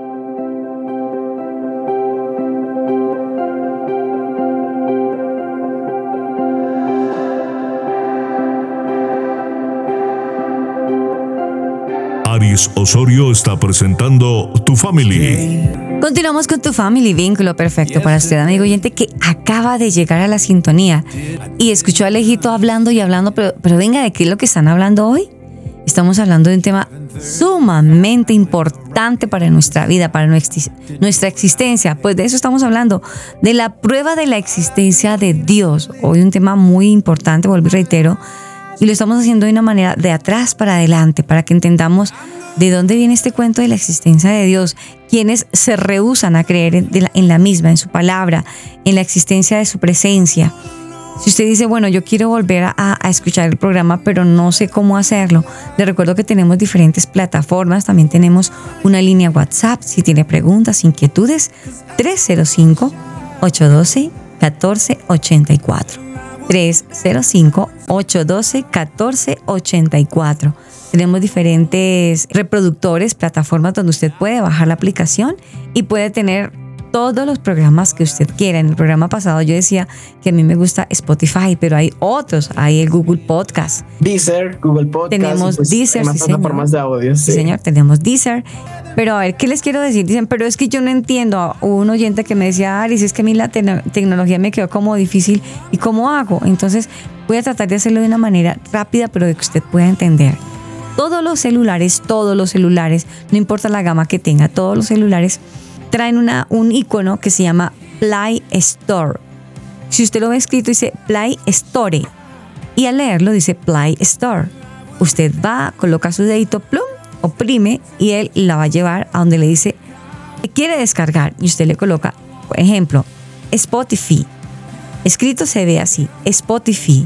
Aris Osorio está presentando Tu Family. Continuamos con tu family, vínculo perfecto para usted, amigo oyente, que acaba de llegar a la sintonía y escuchó a Alejito hablando y hablando, pero, pero venga, ¿de qué es lo que están hablando hoy? Estamos hablando de un tema sumamente importante para nuestra vida, para nuestra, nuestra existencia. Pues de eso estamos hablando, de la prueba de la existencia de Dios. Hoy un tema muy importante, vuelvo y reitero, y lo estamos haciendo de una manera de atrás para adelante, para que entendamos de dónde viene este cuento de la existencia de Dios, quienes se rehúsan a creer en la, en la misma, en su palabra, en la existencia de su presencia. Si usted dice, bueno, yo quiero volver a, a escuchar el programa, pero no sé cómo hacerlo, le recuerdo que tenemos diferentes plataformas, también tenemos una línea WhatsApp, si tiene preguntas, inquietudes, tres cero cinco, ocho uno dos, uno cuatro ocho cuatro. tres cero cinco, ocho uno dos, uno cuatro ocho cuatro. Tenemos diferentes reproductores, plataformas donde usted puede bajar la aplicación y puede tener todos los programas que usted quiera. En el programa pasado yo decía que a mí me gusta Spotify, pero hay otros. Hay el Google Podcast. Deezer, Google Podcast. Tenemos pues, Deezer, hay más sí, plataformas señor. de audio. Sí, Sí, señor, tenemos Deezer. Pero a ver, ¿qué les quiero decir? Dicen, pero es que yo no entiendo. Hubo un oyente que me decía, Aris, es que a mí la te- tecnología me quedó como difícil. ¿Y cómo hago? Entonces voy a tratar de hacerlo de una manera rápida, pero de que usted pueda entender. Todos los celulares, todos los celulares, no importa la gama que tenga, todos los celulares traen una, un icono que se llama Play Store. Si usted lo ve escrito, dice Play Store. Y al leerlo dice Play Store. Usted va, coloca su dedito, plum, oprime y él la va a llevar a donde le dice que quiere descargar. Y usted le coloca, por ejemplo, Spotify. Escrito se ve así, Spotify.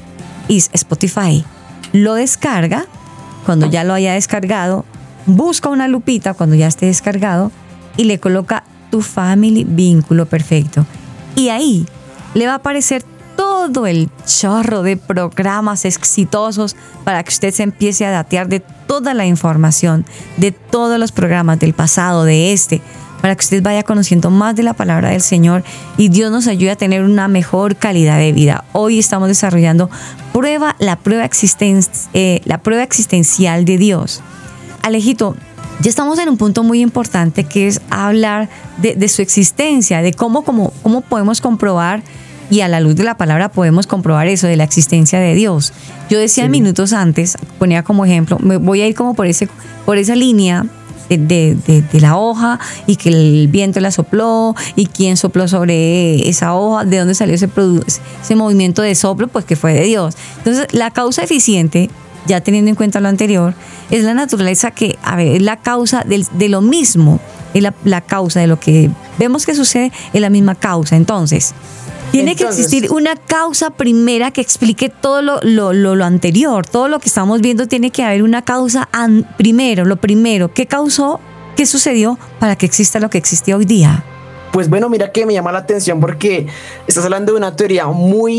Is Spotify. Lo descarga. Cuando ya lo haya descargado, busca una lupita cuando ya esté descargado y le coloca Tu Family, vínculo perfecto. Y ahí le va a aparecer todo el chorro de programas exitosos para que usted se empiece a datear de toda la información, de todos los programas del pasado, de este, para que usted vaya conociendo más de la palabra del Señor y Dios nos ayude a tener una mejor calidad de vida. Hoy estamos desarrollando prueba, la, prueba existen, eh, la prueba existencial de Dios. Alejito, ya estamos en un punto muy importante que es hablar de, de su existencia, de cómo, cómo, cómo podemos comprobar y a la luz de la palabra podemos comprobar eso de la existencia de Dios. Yo decía Sí. minutos antes, ponía como ejemplo, me voy a ir como por, ese, por esa línea de, de, de, de la hoja y que el viento la sopló y quién sopló sobre esa hoja, de dónde salió ese, produ- ese movimiento de soplo, pues que fue de Dios. Entonces la causa eficiente, ya teniendo en cuenta lo anterior, es la naturaleza que, a ver, es la causa del, de lo mismo, es la, la causa de lo que vemos que sucede, es la misma causa. Entonces, tiene que Entonces- existir una causa primera que explique todo lo, lo, lo, lo anterior, todo lo que estamos viendo, tiene que haber una causa an- primero, lo primero, ¿qué causó, qué sucedió para que exista lo que existe hoy día? Pues bueno, mira que me llama la atención porque estás hablando de una teoría muy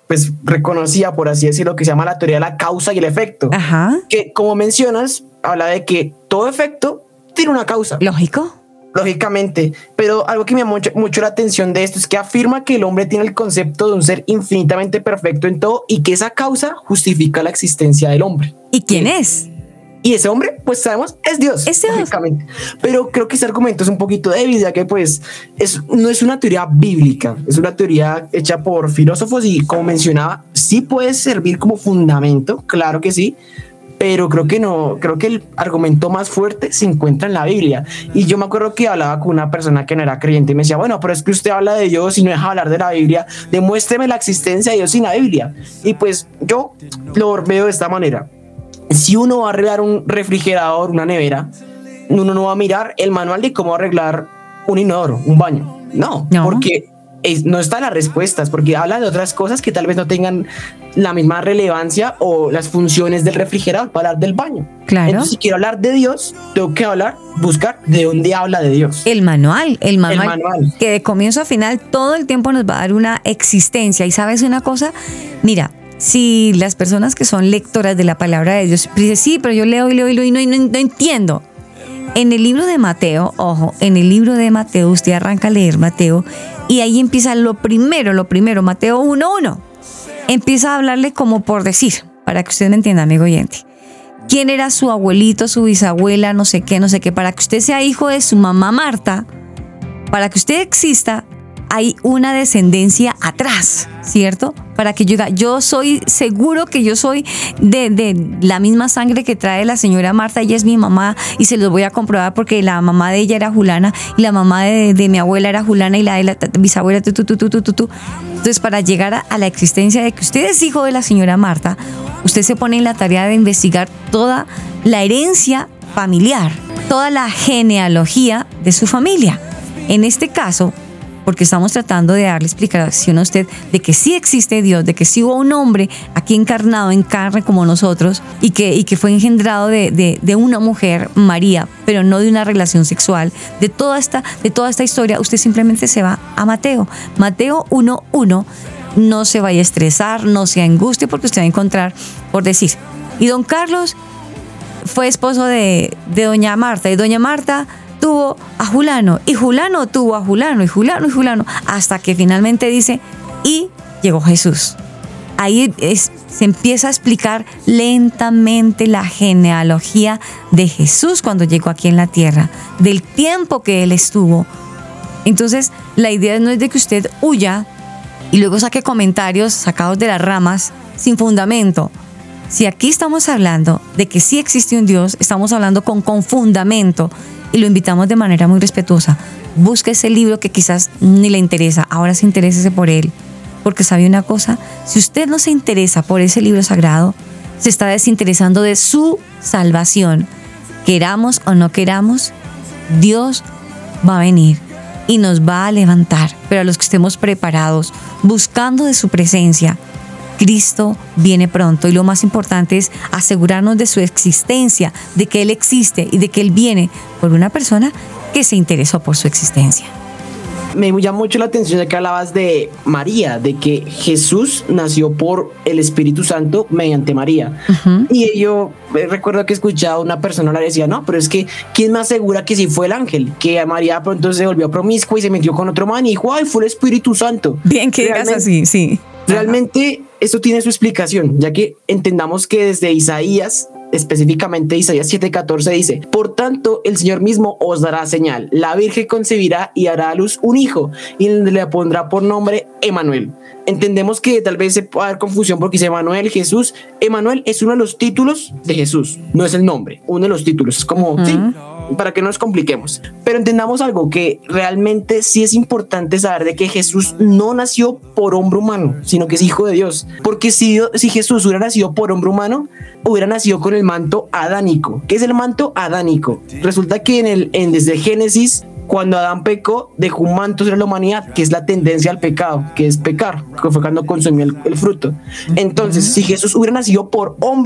pues reconocía, por así decirlo, que se llama la teoría de la causa y el efecto. Ajá. Que como mencionas, habla de que todo efecto tiene una causa. Lógico. Lógicamente, pero algo que me llama mucho, mucho la atención de esto es que afirma que el hombre tiene el concepto de un ser infinitamente perfecto en todo y que esa causa justifica la existencia del hombre. ¿Y quién es? Y ese hombre, pues sabemos, es Dios. Es Dios. Lógicamente. Pero creo que ese argumento es un poquito débil, ya que pues es, no es una teoría bíblica, es una teoría hecha por filósofos y, como mencionaba, sí puede servir como fundamento, claro que sí, pero creo que no, creo que el argumento más fuerte se encuentra en la Biblia. Y yo me acuerdo que hablaba con una persona que no era creyente y me decía, bueno, pero es que usted habla de Dios y no deja hablar de la Biblia, demuéstreme la existencia de Dios sin la Biblia. Y pues yo lo veo de esta manera. Si uno va a arreglar un refrigerador, una nevera, uno no va a mirar el manual de cómo arreglar un inodoro, un baño. No, no. porque es, no están las respuestas, porque habla de otras cosas que tal vez no tengan la misma relevancia o las funciones del refrigerador para hablar del baño. Claro. Entonces, si quiero hablar de Dios, tengo que hablar, buscar de dónde habla de Dios. El manual, el manual, el manual, que de comienzo a final todo el tiempo nos va a dar una existencia. ¿Y sabes una cosa? Mira, si las personas que son lectoras de la palabra de Dios dicen, sí, pero yo leo y leo y leo y no, y no, no entiendo. En el libro de Mateo, ojo, en el libro de Mateo, usted arranca a leer Mateo y ahí empieza lo primero, lo primero, Mateo uno uno. Empieza a hablarle como por decir, para que usted me entienda, amigo oyente. ¿Quién era su abuelito, su bisabuela, no sé qué, no sé qué? Para que usted sea hijo de su mamá Marta, para que usted exista, hay una descendencia atrás, ¿cierto? Para que yo diga, yo soy seguro que yo soy de, de la misma sangre que trae la señora Marta, ella es mi mamá y se los voy a comprobar porque la mamá de ella era Julana y la mamá de, de mi abuela era Julana y la de la bisabuela, tu, tu, tu, tu, tu, tu, tu. Entonces, para llegar a, a la existencia de que usted es hijo de la señora Marta, usted se pone en la tarea de investigar toda la herencia familiar, toda la genealogía de su familia. En este caso, porque estamos tratando de darle explicación a usted de que sí existe Dios, de que sí hubo un hombre aquí encarnado en carne como nosotros y que, y que fue engendrado de, de, de una mujer, María, pero no de una relación sexual. De toda esta, de toda esta historia, usted simplemente se va a Mateo. Mateo uno uno, no se vaya a estresar, no se angustie, porque usted va a encontrar, por decir, y don Carlos fue esposo de, de doña Marta, y doña Marta tuvo a Julano, y Julano tuvo a Julano, y Julano, y Julano, hasta que finalmente dice, y llegó Jesús. Ahí es, se empieza a explicar lentamente la genealogía de Jesús cuando llegó aquí en la tierra, del tiempo que Él estuvo. Entonces, la idea no es de que usted huya y luego saque comentarios sacados de las ramas sin fundamento. Si aquí estamos hablando de que sí existe un Dios, estamos hablando con, con fundamento. Y lo invitamos de manera muy respetuosa. Busque ese libro que quizás ni le interesa, ahora sí interésese por él. Porque sabe una cosa, si usted no se interesa por ese libro sagrado, se está desinteresando de su salvación. Queramos o no queramos, Dios va a venir y nos va a levantar. Pero a los que estemos preparados, buscando de su presencia, Cristo viene pronto, y lo más importante es asegurarnos de su existencia, de que Él existe y de que Él viene por una persona que se interesó por su existencia. Me llama mucho la atención de que hablabas de María, de que Jesús nació por el Espíritu Santo mediante María. Uh-huh. Y yo recuerdo que he escuchado a una persona le decía, no, pero es que ¿quién me asegura que sí fue el ángel? Que María pronto se volvió promiscua y se metió con otro man y dijo, ay, fue el Espíritu Santo. Bien que digas así, sí. Realmente esto tiene su explicación, ya que entendamos que desde Isaías, específicamente Isaías siete catorce dice, por tanto el Señor mismo os dará señal, la Virgen concebirá y hará a luz un hijo y le pondrá por nombre Emanuel. Entendemos que tal vez se pueda haber confusión porque dice Emanuel, Jesús. Emanuel es uno de los títulos de Jesús, no es el nombre, uno de los títulos, es como, uh-huh. sí, para que no nos compliquemos. Pero entendamos algo, que realmente sí es importante saber de que Jesús no nació por hombre humano, sino que es hijo de Dios. Porque si, si Jesús hubiera nacido por hombre humano, hubiera nacido con el manto adánico. ¿Qué es el manto adánico? Resulta que en el, en, desde Génesis, cuando Adán pecó, dejó un manto sobre la humanidad, que es la tendencia al pecado, que es pecar, que fue cuando consumió el, el fruto. Entonces, si Jesús hubiera nacido por hombre,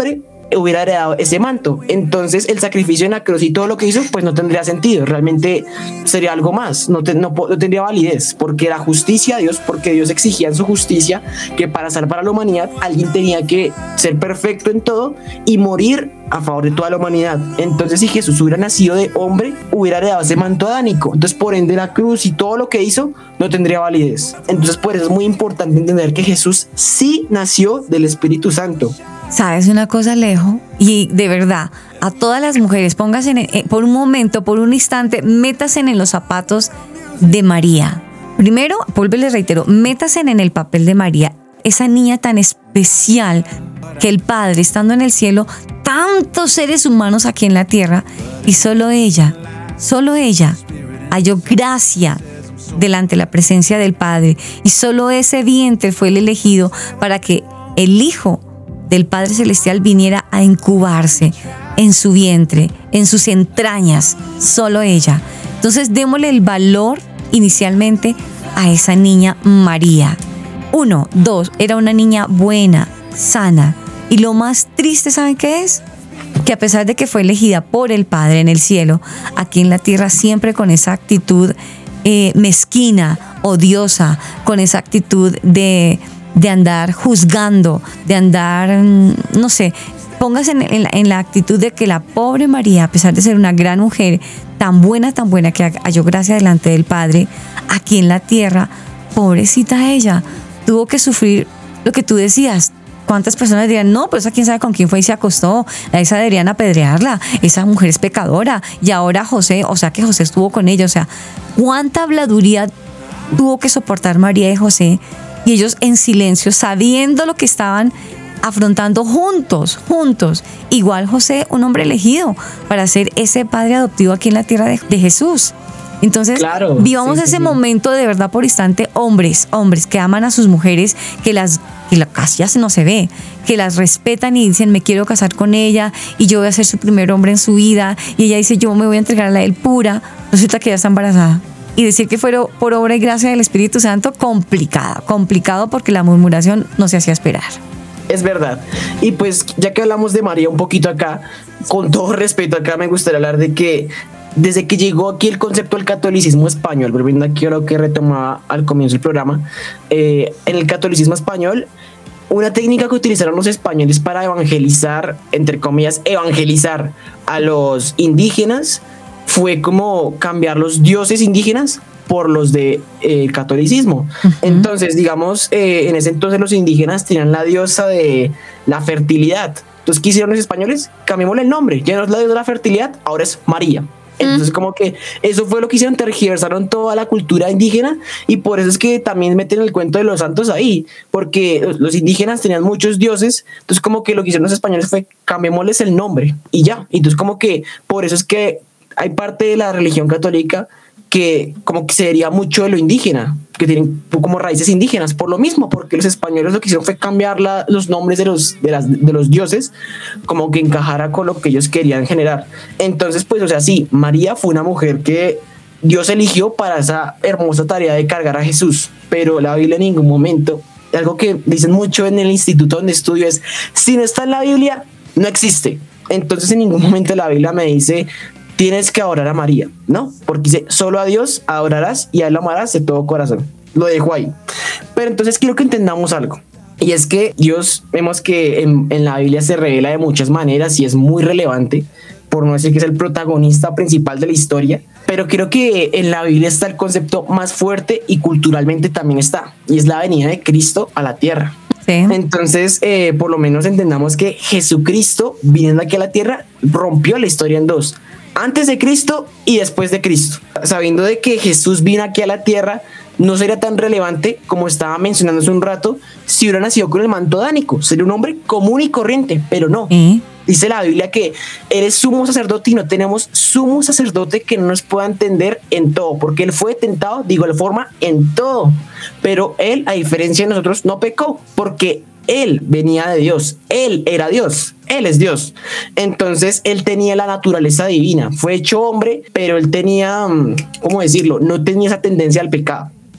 hubiera heredado ese manto. Entonces el sacrificio en la cruz y todo lo que hizo pues no tendría sentido, realmente sería algo más, no, te, no, no tendría validez, porque era justicia a Dios, porque Dios exigía en su justicia que para salvar a la humanidad alguien tenía que ser perfecto en todo y morir a favor de toda la humanidad. Entonces si Jesús hubiera nacido de hombre, hubiera heredado ese manto adánico, entonces por ende la cruz y todo lo que hizo no tendría validez. Entonces por eso es muy importante entender que Jesús sí nació del Espíritu Santo. ¿Sabes una cosa, Alejo? Y de verdad, a todas las mujeres, pónganse en, eh, por un momento, por un instante, métanse en los zapatos de María. Primero, vuelvo y les reitero, métanse en el papel de María, esa niña tan especial que el Padre, estando en el cielo, tantos seres humanos aquí en la tierra, y solo ella, solo ella, halló gracia delante de la presencia del Padre, y solo ese vientre fue el elegido para que el Hijo del Padre Celestial viniera a incubarse en su vientre, en sus entrañas, solo ella. Entonces démosle el valor inicialmente a esa niña María. Uno, dos, era una niña buena, sana. Y lo más triste, ¿saben qué es? Que a pesar de que fue elegida por el Padre en el cielo, aquí en la tierra siempre con esa actitud eh, mezquina, odiosa, con esa actitud de... de andar juzgando, de andar, no sé, póngase en, en, la, en la actitud de que la pobre María, a pesar de ser una gran mujer, tan buena, tan buena, que halló gracia delante del Padre, aquí en la tierra, pobrecita ella, tuvo que sufrir lo que tú decías. ¿Cuántas personas dirían, no, pues a quién sabe con quién fue y se acostó? A esa deberían apedrearla, esa mujer es pecadora, y ahora José, o sea que José estuvo con ella, o sea, ¿cuánta habladuría tuvo que soportar María y José? Y ellos en silencio, sabiendo lo que estaban afrontando juntos, juntos. Igual José, un hombre elegido para ser ese padre adoptivo aquí en la tierra de, de Jesús. Entonces, claro, vivamos sí, ese sí. momento de verdad por instante, hombres, hombres que aman a sus mujeres, que las, que la, casi ya no se ve, que las respetan y dicen, me quiero casar con ella y yo voy a ser su primer hombre en su vida. Y ella dice, yo me voy a entregar a él pura. Resulta que ella está embarazada. Y decir que fue por obra y gracia del Espíritu Santo, complicado, complicado porque la murmuración no se hacía esperar. Es verdad. Y pues ya que hablamos de María un poquito acá, con todo respeto acá me gustaría hablar de que desde que llegó aquí el concepto del catolicismo español, volviendo aquí a lo que retomaba al comienzo del programa, eh, en el catolicismo español, una técnica que utilizaron los españoles para evangelizar, entre comillas, evangelizar a los indígenas, fue como cambiar los dioses indígenas por los del de, eh, catolicismo. Uh-huh. Entonces, digamos, eh, en ese entonces los indígenas tenían la diosa de la fertilidad. Entonces, ¿qué hicieron los españoles? Cambiémosle el nombre. Ya no es la diosa de la fertilidad, ahora es María. Entonces, uh-huh. como que eso fue lo que hicieron, tergiversaron toda la cultura indígena, y por eso es que también meten el cuento de los santos ahí, porque los indígenas tenían muchos dioses, entonces como que lo que hicieron los españoles fue cambiémosles el nombre y ya. Entonces como que por eso es que hay parte de la religión católica que como que se deriva mucho de lo indígena, que tienen como raíces indígenas, por lo mismo, porque los españoles lo que hicieron fue cambiar la, los nombres de los, de, las, de los dioses, como que encajara con lo que ellos querían generar. Entonces, pues, o sea, sí, María fue una mujer que Dios eligió para esa hermosa tarea de cargar a Jesús, pero la Biblia en ningún momento, algo que dicen mucho en el instituto donde estudio es, si no está en la Biblia, no existe. Entonces, en ningún momento la Biblia me dice, tienes que adorar a María, ¿no? Porque dice, solo a Dios adorarás y a él lo amarás de todo corazón. Lo dejo ahí. Pero entonces quiero que entendamos algo. Y es que Dios, vemos que en, en la Biblia se revela de muchas maneras y es muy relevante, por no decir que es el protagonista principal de la historia. Pero creo que en la Biblia está el concepto más fuerte y culturalmente también está. Y es la venida de Cristo a la tierra. Sí. Entonces, eh, por lo menos entendamos que Jesucristo, viniendo aquí a la tierra, rompió la historia en dos. Antes de Cristo y después de Cristo. Sabiendo de que Jesús vino aquí a la tierra, no sería tan relevante como estaba mencionando hace un rato si hubiera nacido con el manto adánico. Sería un hombre común y corriente, pero no. ¿Eh? Dice la Biblia que eres sumo sacerdote y no tenemos sumo sacerdote que no nos pueda entender en todo, porque él fue tentado de igual forma en todo. Pero él, a diferencia de nosotros, no pecó, porque él venía de Dios, él era Dios, él es Dios. Entonces él tenía la naturaleza divina, fue hecho hombre, pero él tenía, ¿cómo decirlo? No tenía esa tendencia al pecado.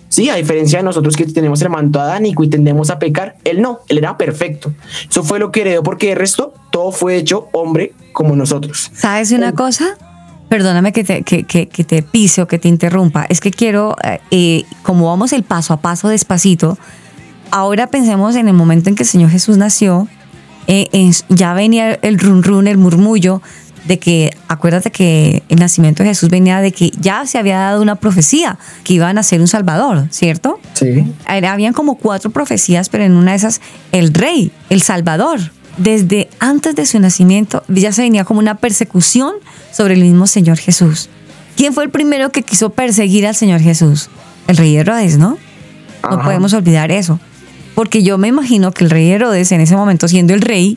Sí, a diferencia de nosotros que tenemos el manto adánico y tendemos a pecar, él no, él era perfecto. Eso fue lo que heredó, porque de resto todo fue hecho hombre como nosotros. ¿Sabes una cosa? Perdóname que te, que, que, que te pise o que te interrumpa. Es que quiero, eh, como vamos el paso a paso despacito, ahora pensemos en el momento en que el Señor Jesús nació. Eh, en, ya venía el run run, el murmullo de que, acuérdate que el nacimiento de Jesús venía de que ya se había dado una profecía que iba a nacer un Salvador, ¿cierto? Sí. Habían como cuatro profecías, pero en una de esas, el Rey, el Salvador. Desde antes de su nacimiento ya se venía como una persecución sobre el mismo Señor Jesús. ¿Quién fue el primero que quiso perseguir al Señor Jesús? El rey Herodes, ¿no? No Ajá. podemos olvidar eso. Porque yo me imagino que el rey Herodes, en ese momento siendo el rey,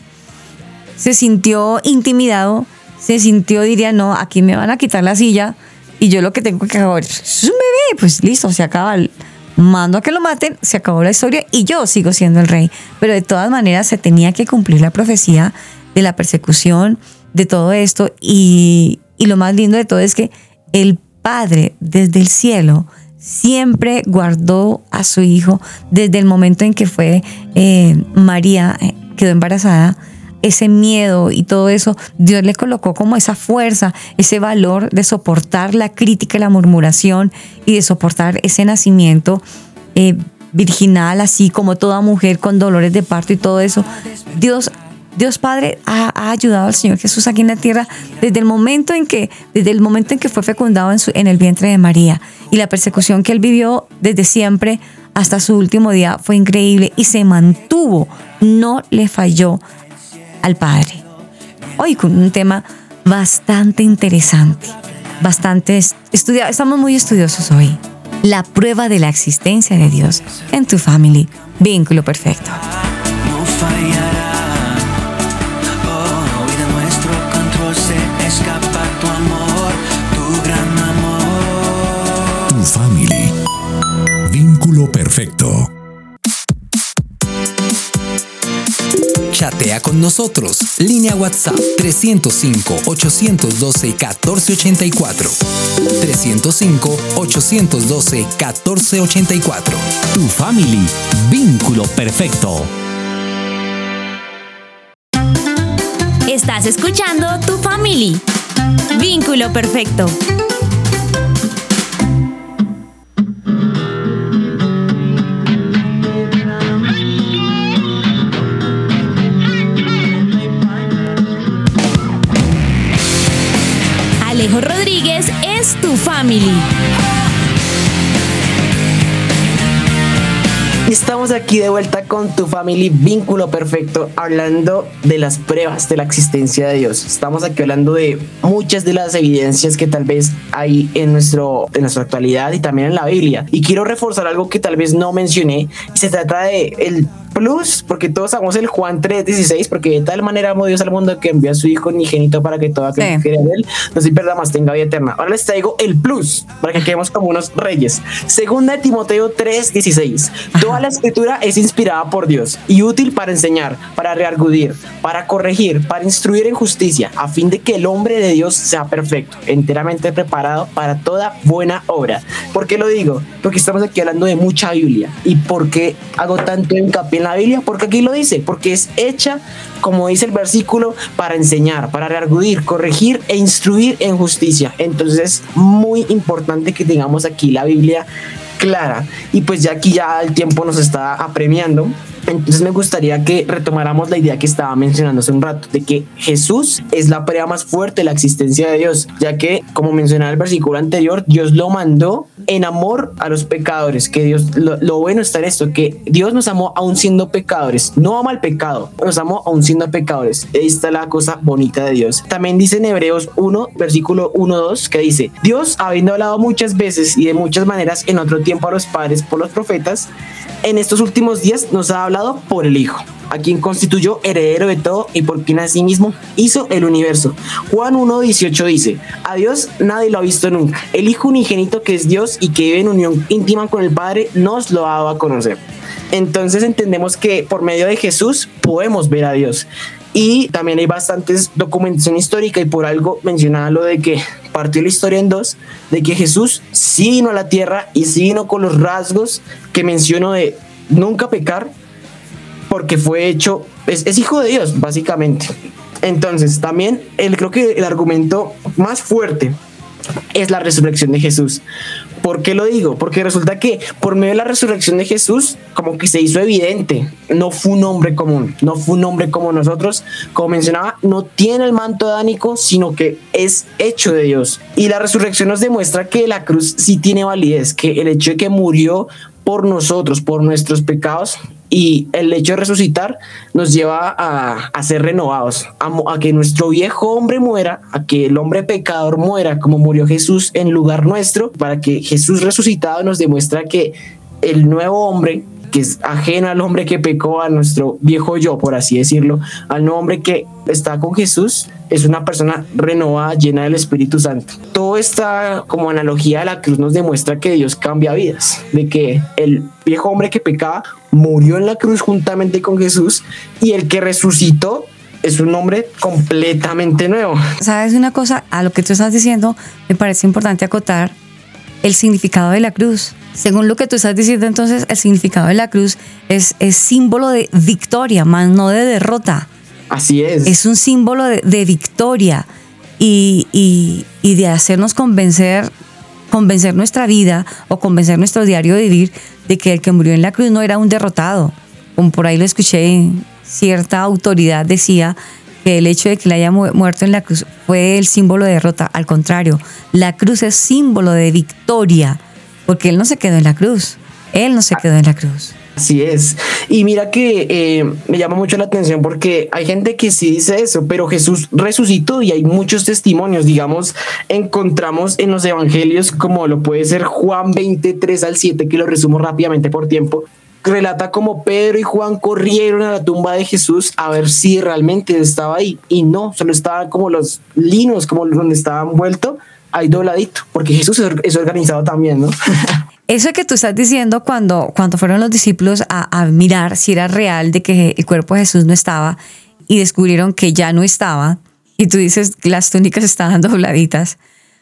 se sintió intimidado, se sintió, diría, no, aquí me van a quitar la silla y yo lo que tengo que acabar es un bebé. Pues listo, se acaba, el, mando a que lo maten, se acabó la historia y yo sigo siendo el rey. Pero de todas maneras se tenía que cumplir la profecía de la persecución, de todo esto. Y, y lo más lindo de todo es que el Padre desde el cielo siempre guardó a su hijo desde el momento en que fue eh, María, eh, quedó embarazada. Ese miedo y todo eso, Dios le colocó como esa fuerza, ese valor de soportar la crítica y la murmuración y de soportar ese nacimiento eh, virginal, así como toda mujer con dolores de parto y todo eso. Dios, Dios Padre ha, ha ayudado al Señor Jesús aquí en la tierra desde el momento en que, desde el momento en que fue fecundado en, su, en el vientre de María, y la persecución que él vivió desde siempre hasta su último día fue increíble y se mantuvo, no le falló al Padre. Hoy con un tema bastante interesante, bastante estudiado. Estamos muy estudiosos hoy. La prueba de la existencia de Dios en tu family. Vínculo perfecto. No fallará. Oh, y de nuestro control se escapa tu amor, tu gran amor. Tu family. Vínculo perfecto. Chatea con nosotros. Línea WhatsApp tres cero cinco, ocho uno dos, uno cuatro ocho cuatro. tres cero cinco, ocho uno dos, uno cuatro ocho cuatro. Tu family. Vínculo perfecto. Estás escuchando Tu Family. Vínculo perfecto. Alejo Rodríguez es Tu Family. Estamos aquí de vuelta con Tu Family, Vínculo Perfecto, hablando de las pruebas de la existencia de Dios. Estamos aquí hablando de muchas de las evidencias que tal vez hay en, nuestro, en nuestra actualidad y también en la Biblia. Y quiero reforzar algo que tal vez no mencioné. Se trata de el plus, porque todos sabemos el Juan tres dieciséis, porque de tal manera amó Dios al mundo que envió a su Hijo unigénito para que todo aquel Sí. que crea en él no se pierda, más tenga vida eterna. Ahora les traigo el plus, para que quedemos como unos reyes. Segunda de Timoteo tres dieciséis. Toda la escritura es inspirada por Dios y útil para enseñar, para reargudir, para corregir, para instruir en justicia, a fin de que el hombre de Dios sea perfecto, enteramente preparado para toda buena obra. ¿Por qué lo digo? Porque estamos aquí hablando de mucha Biblia. ¿Y por qué hago tanto hincapié en la Biblia? Porque aquí lo dice, porque es hecha, como dice el versículo, para enseñar, para reargudir, corregir e instruir en justicia. Entonces es muy importante que tengamos aquí la Biblia clara. Y pues ya aquí ya el tiempo nos está apremiando. Entonces me gustaría que retomáramos la idea que estaba mencionando hace un rato, de que Jesús es la prueba más fuerte de la existencia de Dios, ya que, como mencionaba el versículo anterior, Dios lo mandó en amor a los pecadores. Que Dios, lo, lo bueno está en esto, que Dios nos amó aún siendo pecadores, no ama al pecado, nos amó aún siendo pecadores. Ahí está la cosa bonita de Dios. También dice en Hebreos uno, versículo uno dos, que dice: Dios, habiendo hablado muchas veces y de muchas maneras en otro tiempo a los padres por los profetas, en estos últimos días nos ha hablado por el Hijo, a quien constituyó heredero de todo y por quien asimismo hizo el universo. Juan uno dieciocho dice: a Dios nadie lo ha visto nunca. El Hijo unigénito, que es Dios y que vive en unión íntima con el Padre, nos lo ha dado a conocer. Entonces entendemos que por medio de Jesús podemos ver a Dios. Y también hay bastantes documentación histórica, y por algo mencionaba lo de que partió la historia en dos, de que Jesús sí vino a la tierra y sí vino con los rasgos que menciono de nunca pecar, porque fue hecho, es, es hijo de Dios, básicamente. Entonces, también el, creo que el argumento más fuerte es la resurrección de Jesús. ¿Por qué lo digo? Porque resulta que por medio de la resurrección de Jesús, como que se hizo evidente, no fue un hombre común, no fue un hombre como nosotros, como mencionaba, no tiene el manto adánico, sino que es hecho de Dios. Y la resurrección nos demuestra que la cruz sí tiene validez, que el hecho de que murió por nosotros, por nuestros pecados, y el hecho de resucitar nos lleva a, a ser renovados, a, a que nuestro viejo hombre muera, a que el hombre pecador muera como murió Jesús en lugar nuestro, para que Jesús resucitado nos demuestra que el nuevo hombre, que es ajeno al hombre que pecó, a nuestro viejo yo, por así decirlo, al nuevo hombre que está con Jesús, es una persona renovada, llena del Espíritu Santo. Toda esta como analogía de la cruz nos demuestra que Dios cambia vidas, de que el viejo hombre que pecaba murió en la cruz juntamente con Jesús, y el que resucitó es un hombre completamente nuevo. ¿Sabes una cosa? A lo que tú estás diciendo, me parece importante acotar el significado de la cruz. Según lo que tú estás diciendo, entonces, el significado de la cruz es, es símbolo de victoria, más no de derrota. Así es. Es un símbolo de, de victoria y, y, y de hacernos convencer, convencer nuestra vida o convencer nuestro diario de vivir de que el que murió en la cruz no era un derrotado. Como por ahí lo escuché, cierta autoridad decía que el hecho de que le haya mu- muerto en la cruz fue el símbolo de derrota. Al contrario, la cruz es símbolo de victoria, porque él no se quedó en la cruz. Él no se quedó en la cruz. Así es. Y mira que eh, me llama mucho la atención porque hay gente que sí dice eso, pero Jesús resucitó y hay muchos testimonios, digamos, encontramos en los evangelios, como lo puede ser Juan veintitrés al siete, que lo resumo rápidamente por tiempo. Relata como Pedro y Juan corrieron a la tumba de Jesús a ver si realmente estaba ahí, y no, solo estaban como los linos, como donde estaba envuelto, ahí dobladito, porque Jesús es organizado también, ¿no? Eso que tú estás diciendo cuando, cuando fueron los discípulos a, a mirar si era real de que el cuerpo de Jesús no estaba y descubrieron que ya no estaba, y tú dices que las túnicas estaban dobladitas,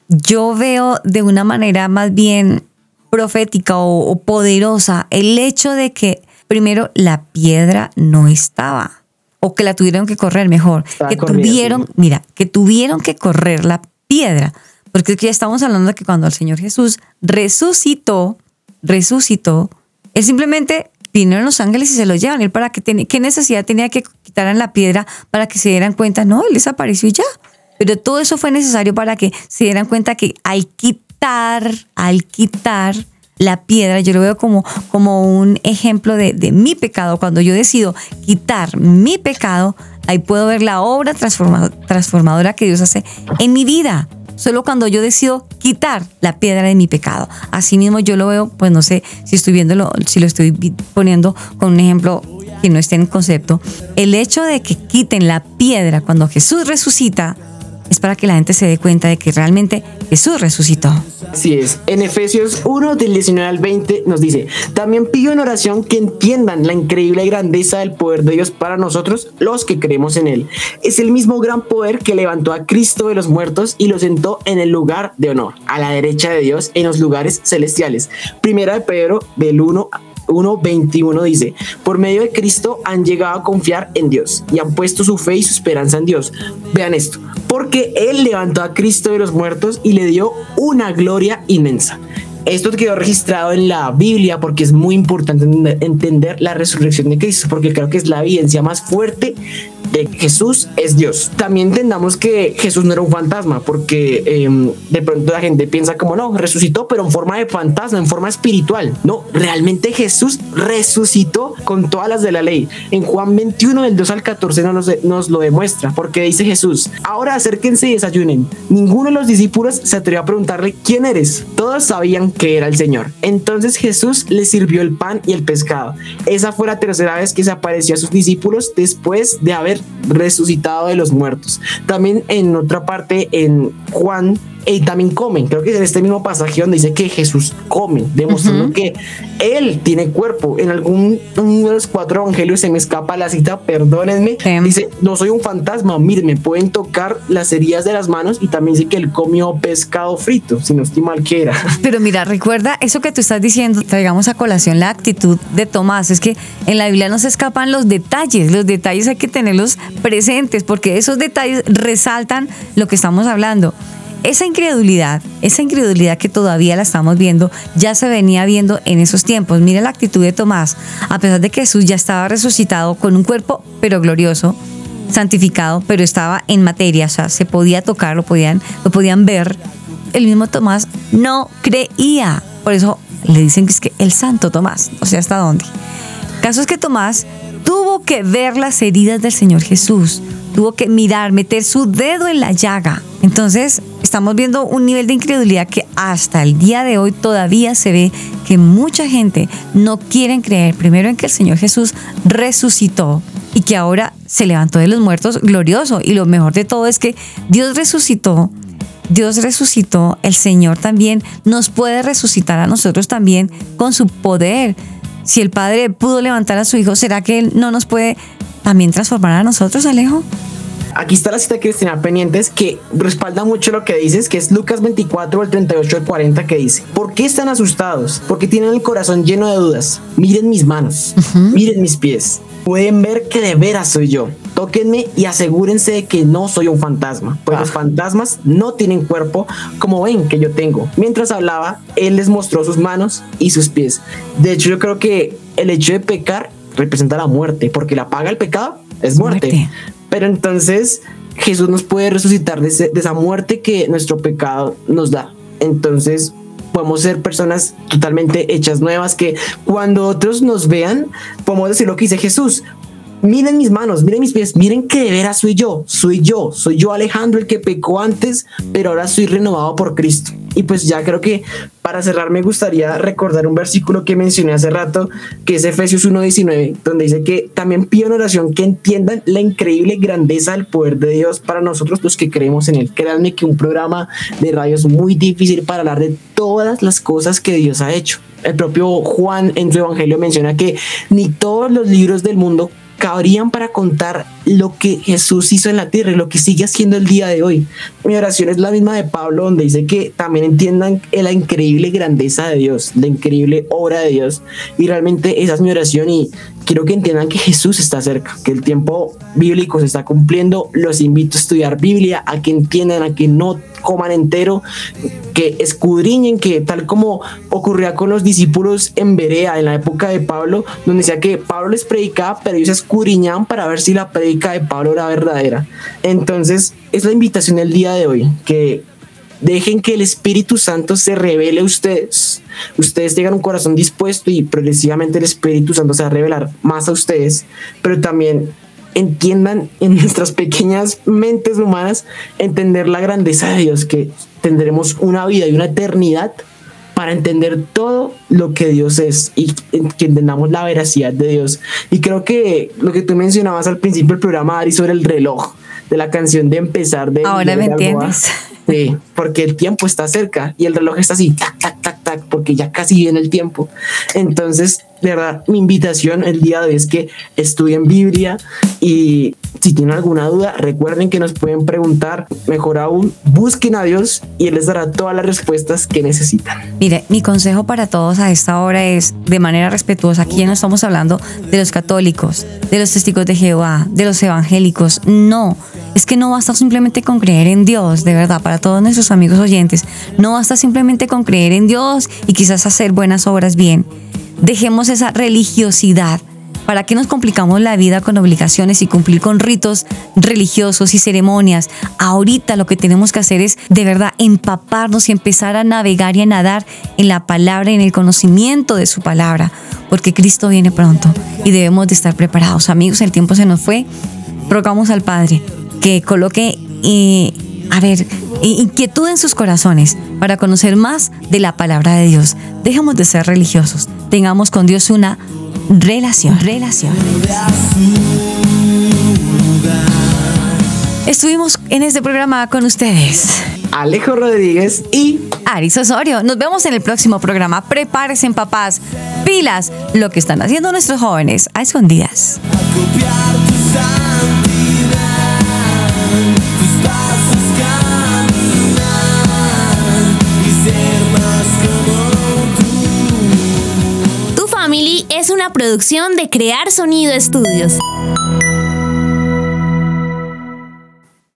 yo veo de una manera más bien profética o, o poderosa el hecho de que primero la piedra no estaba, o que la tuvieron que correr mejor, Estaba que corriendo, tuvieron, sí. mira, que tuvieron que correr la piedra. Porque aquí ya estamos hablando de que cuando el Señor Jesús resucitó, resucitó, Él simplemente vinieron los ángeles y se los llevan. Él para que ten, ¿qué necesidad tenía que quitaran la piedra para que se dieran cuenta? No, Él desapareció y ya. Pero todo eso fue necesario para que se dieran cuenta que al quitar, al quitar la piedra, yo lo veo como, como un ejemplo de, de mi pecado. Cuando yo decido quitar mi pecado, ahí puedo ver la obra transforma, transformadora que Dios hace en mi vida. Solo cuando yo decido quitar la piedra de mi pecado. Así mismo yo lo veo, pues no sé si estoy viéndolo, si lo estoy poniendo con un ejemplo que no esté en concepto. El hecho de que quiten la piedra cuando Jesús resucita es para que la gente se dé cuenta de que realmente Jesús resucitó. Así es. En Efesios uno del diecinueve al veinte nos dice: también pido en oración que entiendan la increíble grandeza del poder de Dios para nosotros los que creemos en Él. Es el mismo gran poder que levantó a Cristo de los muertos y lo sentó en el lugar de honor, a la derecha de Dios en los lugares celestiales. Primera de Pedro del uno veintiuno dice: por medio de Cristo han llegado a confiar en Dios y han puesto su fe y su esperanza en Dios. Vean esto, porque Él levantó a Cristo de los muertos y le dio una gloria inmensa. Esto quedó registrado en la Biblia porque es muy importante entender la resurrección de Cristo, porque creo que es la evidencia más fuerte de que Jesús es Dios. También entendamos que Jesús no era un fantasma, porque eh, de pronto la gente piensa como no, resucitó, pero en forma de fantasma, en forma espiritual. No, realmente Jesús resucitó con todas las de la ley. En Juan veintiuno, del dos al catorce nos, nos lo demuestra, porque dice Jesús: ahora acérquense y desayunen. Ninguno de los discípulos se atrevió a preguntarle: ¿quién eres? Todos sabían que era el Señor. Entonces Jesús les sirvió el pan y el pescado. Esa fue la tercera vez que se apareció a sus discípulos después de haber resucitado de los muertos. También en otra parte, en Juan y también comen. Creo que es en este mismo pasaje donde dice que Jesús come, demostrando uh-huh. que él tiene cuerpo. En algún uno de los cuatro evangelios se me escapa la cita, perdónenme, sí. dice, no soy un fantasma, miren, me pueden tocar las heridas de las manos, y también dice que él comió pescado frito, si no estoy mal que era. Pero mira, recuerda eso que tú estás diciendo, traigamos a colación la actitud de Tomás. Es que en la Biblia no se escapan los detalles, los detalles hay que tenerlos presentes, porque esos detalles resaltan lo que estamos hablando. Esa incredulidad, esa incredulidad que todavía la estamos viendo, ya se venía viendo en esos tiempos. Mira la actitud de Tomás, a pesar de que Jesús ya estaba resucitado con un cuerpo, pero glorioso, santificado, pero estaba en materia, o sea, se podía tocar, lo podían, lo podían ver. El mismo Tomás no creía, por eso le dicen que es que el santo Tomás, o sea, ¿hasta dónde? El caso es que Tomás tuvo que ver las heridas del Señor Jesús, tuvo que mirar, meter su dedo en la llaga. Entonces, estamos viendo un nivel de incredulidad que hasta el día de hoy todavía se ve que mucha gente no quiere creer, primero en que el Señor Jesús resucitó y que ahora se levantó de los muertos glorioso. Y lo mejor de todo es que Dios resucitó, Dios resucitó, el Señor también nos puede resucitar a nosotros también con su poder. Si el Padre pudo levantar a su Hijo, ¿será que Él no nos puede también transformar a nosotros, Alejo? Aquí está la cita cristiana pendientes que respalda mucho lo que dices, que es Lucas veinticuatro, el treinta y ocho al cuarenta, que dice: ¿por qué están asustados? Porque tienen el corazón lleno de dudas. Miren mis manos, uh-huh. miren mis pies. Pueden ver que de veras soy yo. Tóquenme y asegúrense de que no soy un fantasma, pues ah. los fantasmas no tienen cuerpo como ven que yo tengo. Mientras hablaba, él les mostró sus manos y sus pies. De hecho, yo creo que el hecho de pecar representa la muerte, porque la paga el pecado es muerte. muerte. Pero entonces Jesús nos puede resucitar de, ese, de esa muerte que nuestro pecado nos da. Entonces podemos ser personas totalmente hechas nuevas, que cuando otros nos vean podemos decir lo que dice Jesús: miren mis manos, miren mis pies, miren que de veras soy yo, soy yo, soy yo Alejandro, el que pecó antes, pero ahora soy renovado por Cristo. Y pues ya creo que para cerrar me gustaría recordar un versículo que mencioné hace rato, que es Efesios uno diecinueve, donde dice que también pido en oración que entiendan la increíble grandeza del poder de Dios para nosotros los que creemos en Él. Créanme que un programa de radio es muy difícil para hablar de todas las cosas que Dios ha hecho. El propio Juan en su evangelio menciona que ni todos los libros del mundo cabrían para contar lo que Jesús hizo en la tierra y lo que sigue haciendo el día de hoy. Mi oración es la misma de Pablo, donde dice que también entiendan la increíble grandeza de Dios, la increíble obra de Dios, y realmente esa es mi oración, y quiero que entiendan que Jesús está cerca, que el tiempo bíblico se está cumpliendo. Los invito a estudiar Biblia, a que entiendan, a que no coman entero, que escudriñen, que tal como ocurría con los discípulos en Berea en la época de Pablo, donde decía que Pablo les predicaba, pero ellos escudriñaban para ver si la predica de Pablo era verdadera. Entonces es la invitación del día de hoy, que dejen que el Espíritu Santo se revele a ustedes. Ustedes tengan un corazón dispuesto y progresivamente el Espíritu Santo se va a revelar más a ustedes, pero también entiendan en nuestras pequeñas mentes humanas, entender la grandeza de Dios, que tendremos una vida y una eternidad para entender todo lo que Dios es y que entendamos la veracidad de Dios. Y creo que lo que tú mencionabas al principio del programa, Ari, sobre el reloj de la canción de Empezar de Ahora me entiendes. Sí, porque el tiempo está cerca y el reloj está así, tac, tac, tac, tac, porque ya casi viene el tiempo. Entonces, de verdad, mi invitación el día de hoy es que estudien Biblia, y si tienen alguna duda, recuerden que nos pueden preguntar. Mejor aún, busquen a Dios y Él les dará todas las respuestas que necesitan. Mire, mi consejo para todos a esta hora es, de manera respetuosa, aquí ya no estamos hablando de los católicos, de los testigos de Jehová, de los evangélicos. No, es que no basta simplemente con creer en Dios, de verdad, para todos nuestros amigos oyentes, no basta simplemente con creer en Dios y quizás hacer buenas obras bien. Dejemos esa religiosidad. ¿Para qué nos complicamos la vida con obligaciones y cumplir con ritos religiosos y ceremonias? Ahorita lo que tenemos que hacer es de verdad empaparnos y empezar a navegar y a nadar en la palabra y en el conocimiento de su palabra, porque Cristo viene pronto y debemos de estar preparados. Amigos, el tiempo se nos fue. Rogamos al Padre que coloque, eh, a ver, inquietud en sus corazones para conocer más de la palabra de Dios. Dejemos de ser religiosos. Tengamos con Dios una relación. Relación. Estuvimos en este programa con ustedes Alejo Rodríguez y Aris Osorio. Nos vemos en el próximo programa. Prepárense, papás. Pilas, lo que están haciendo nuestros jóvenes a escondidas. copiar tu santidad, tus pasos caminar y ser más como tú. Tu Family es una producción de Crear Sonido Estudios.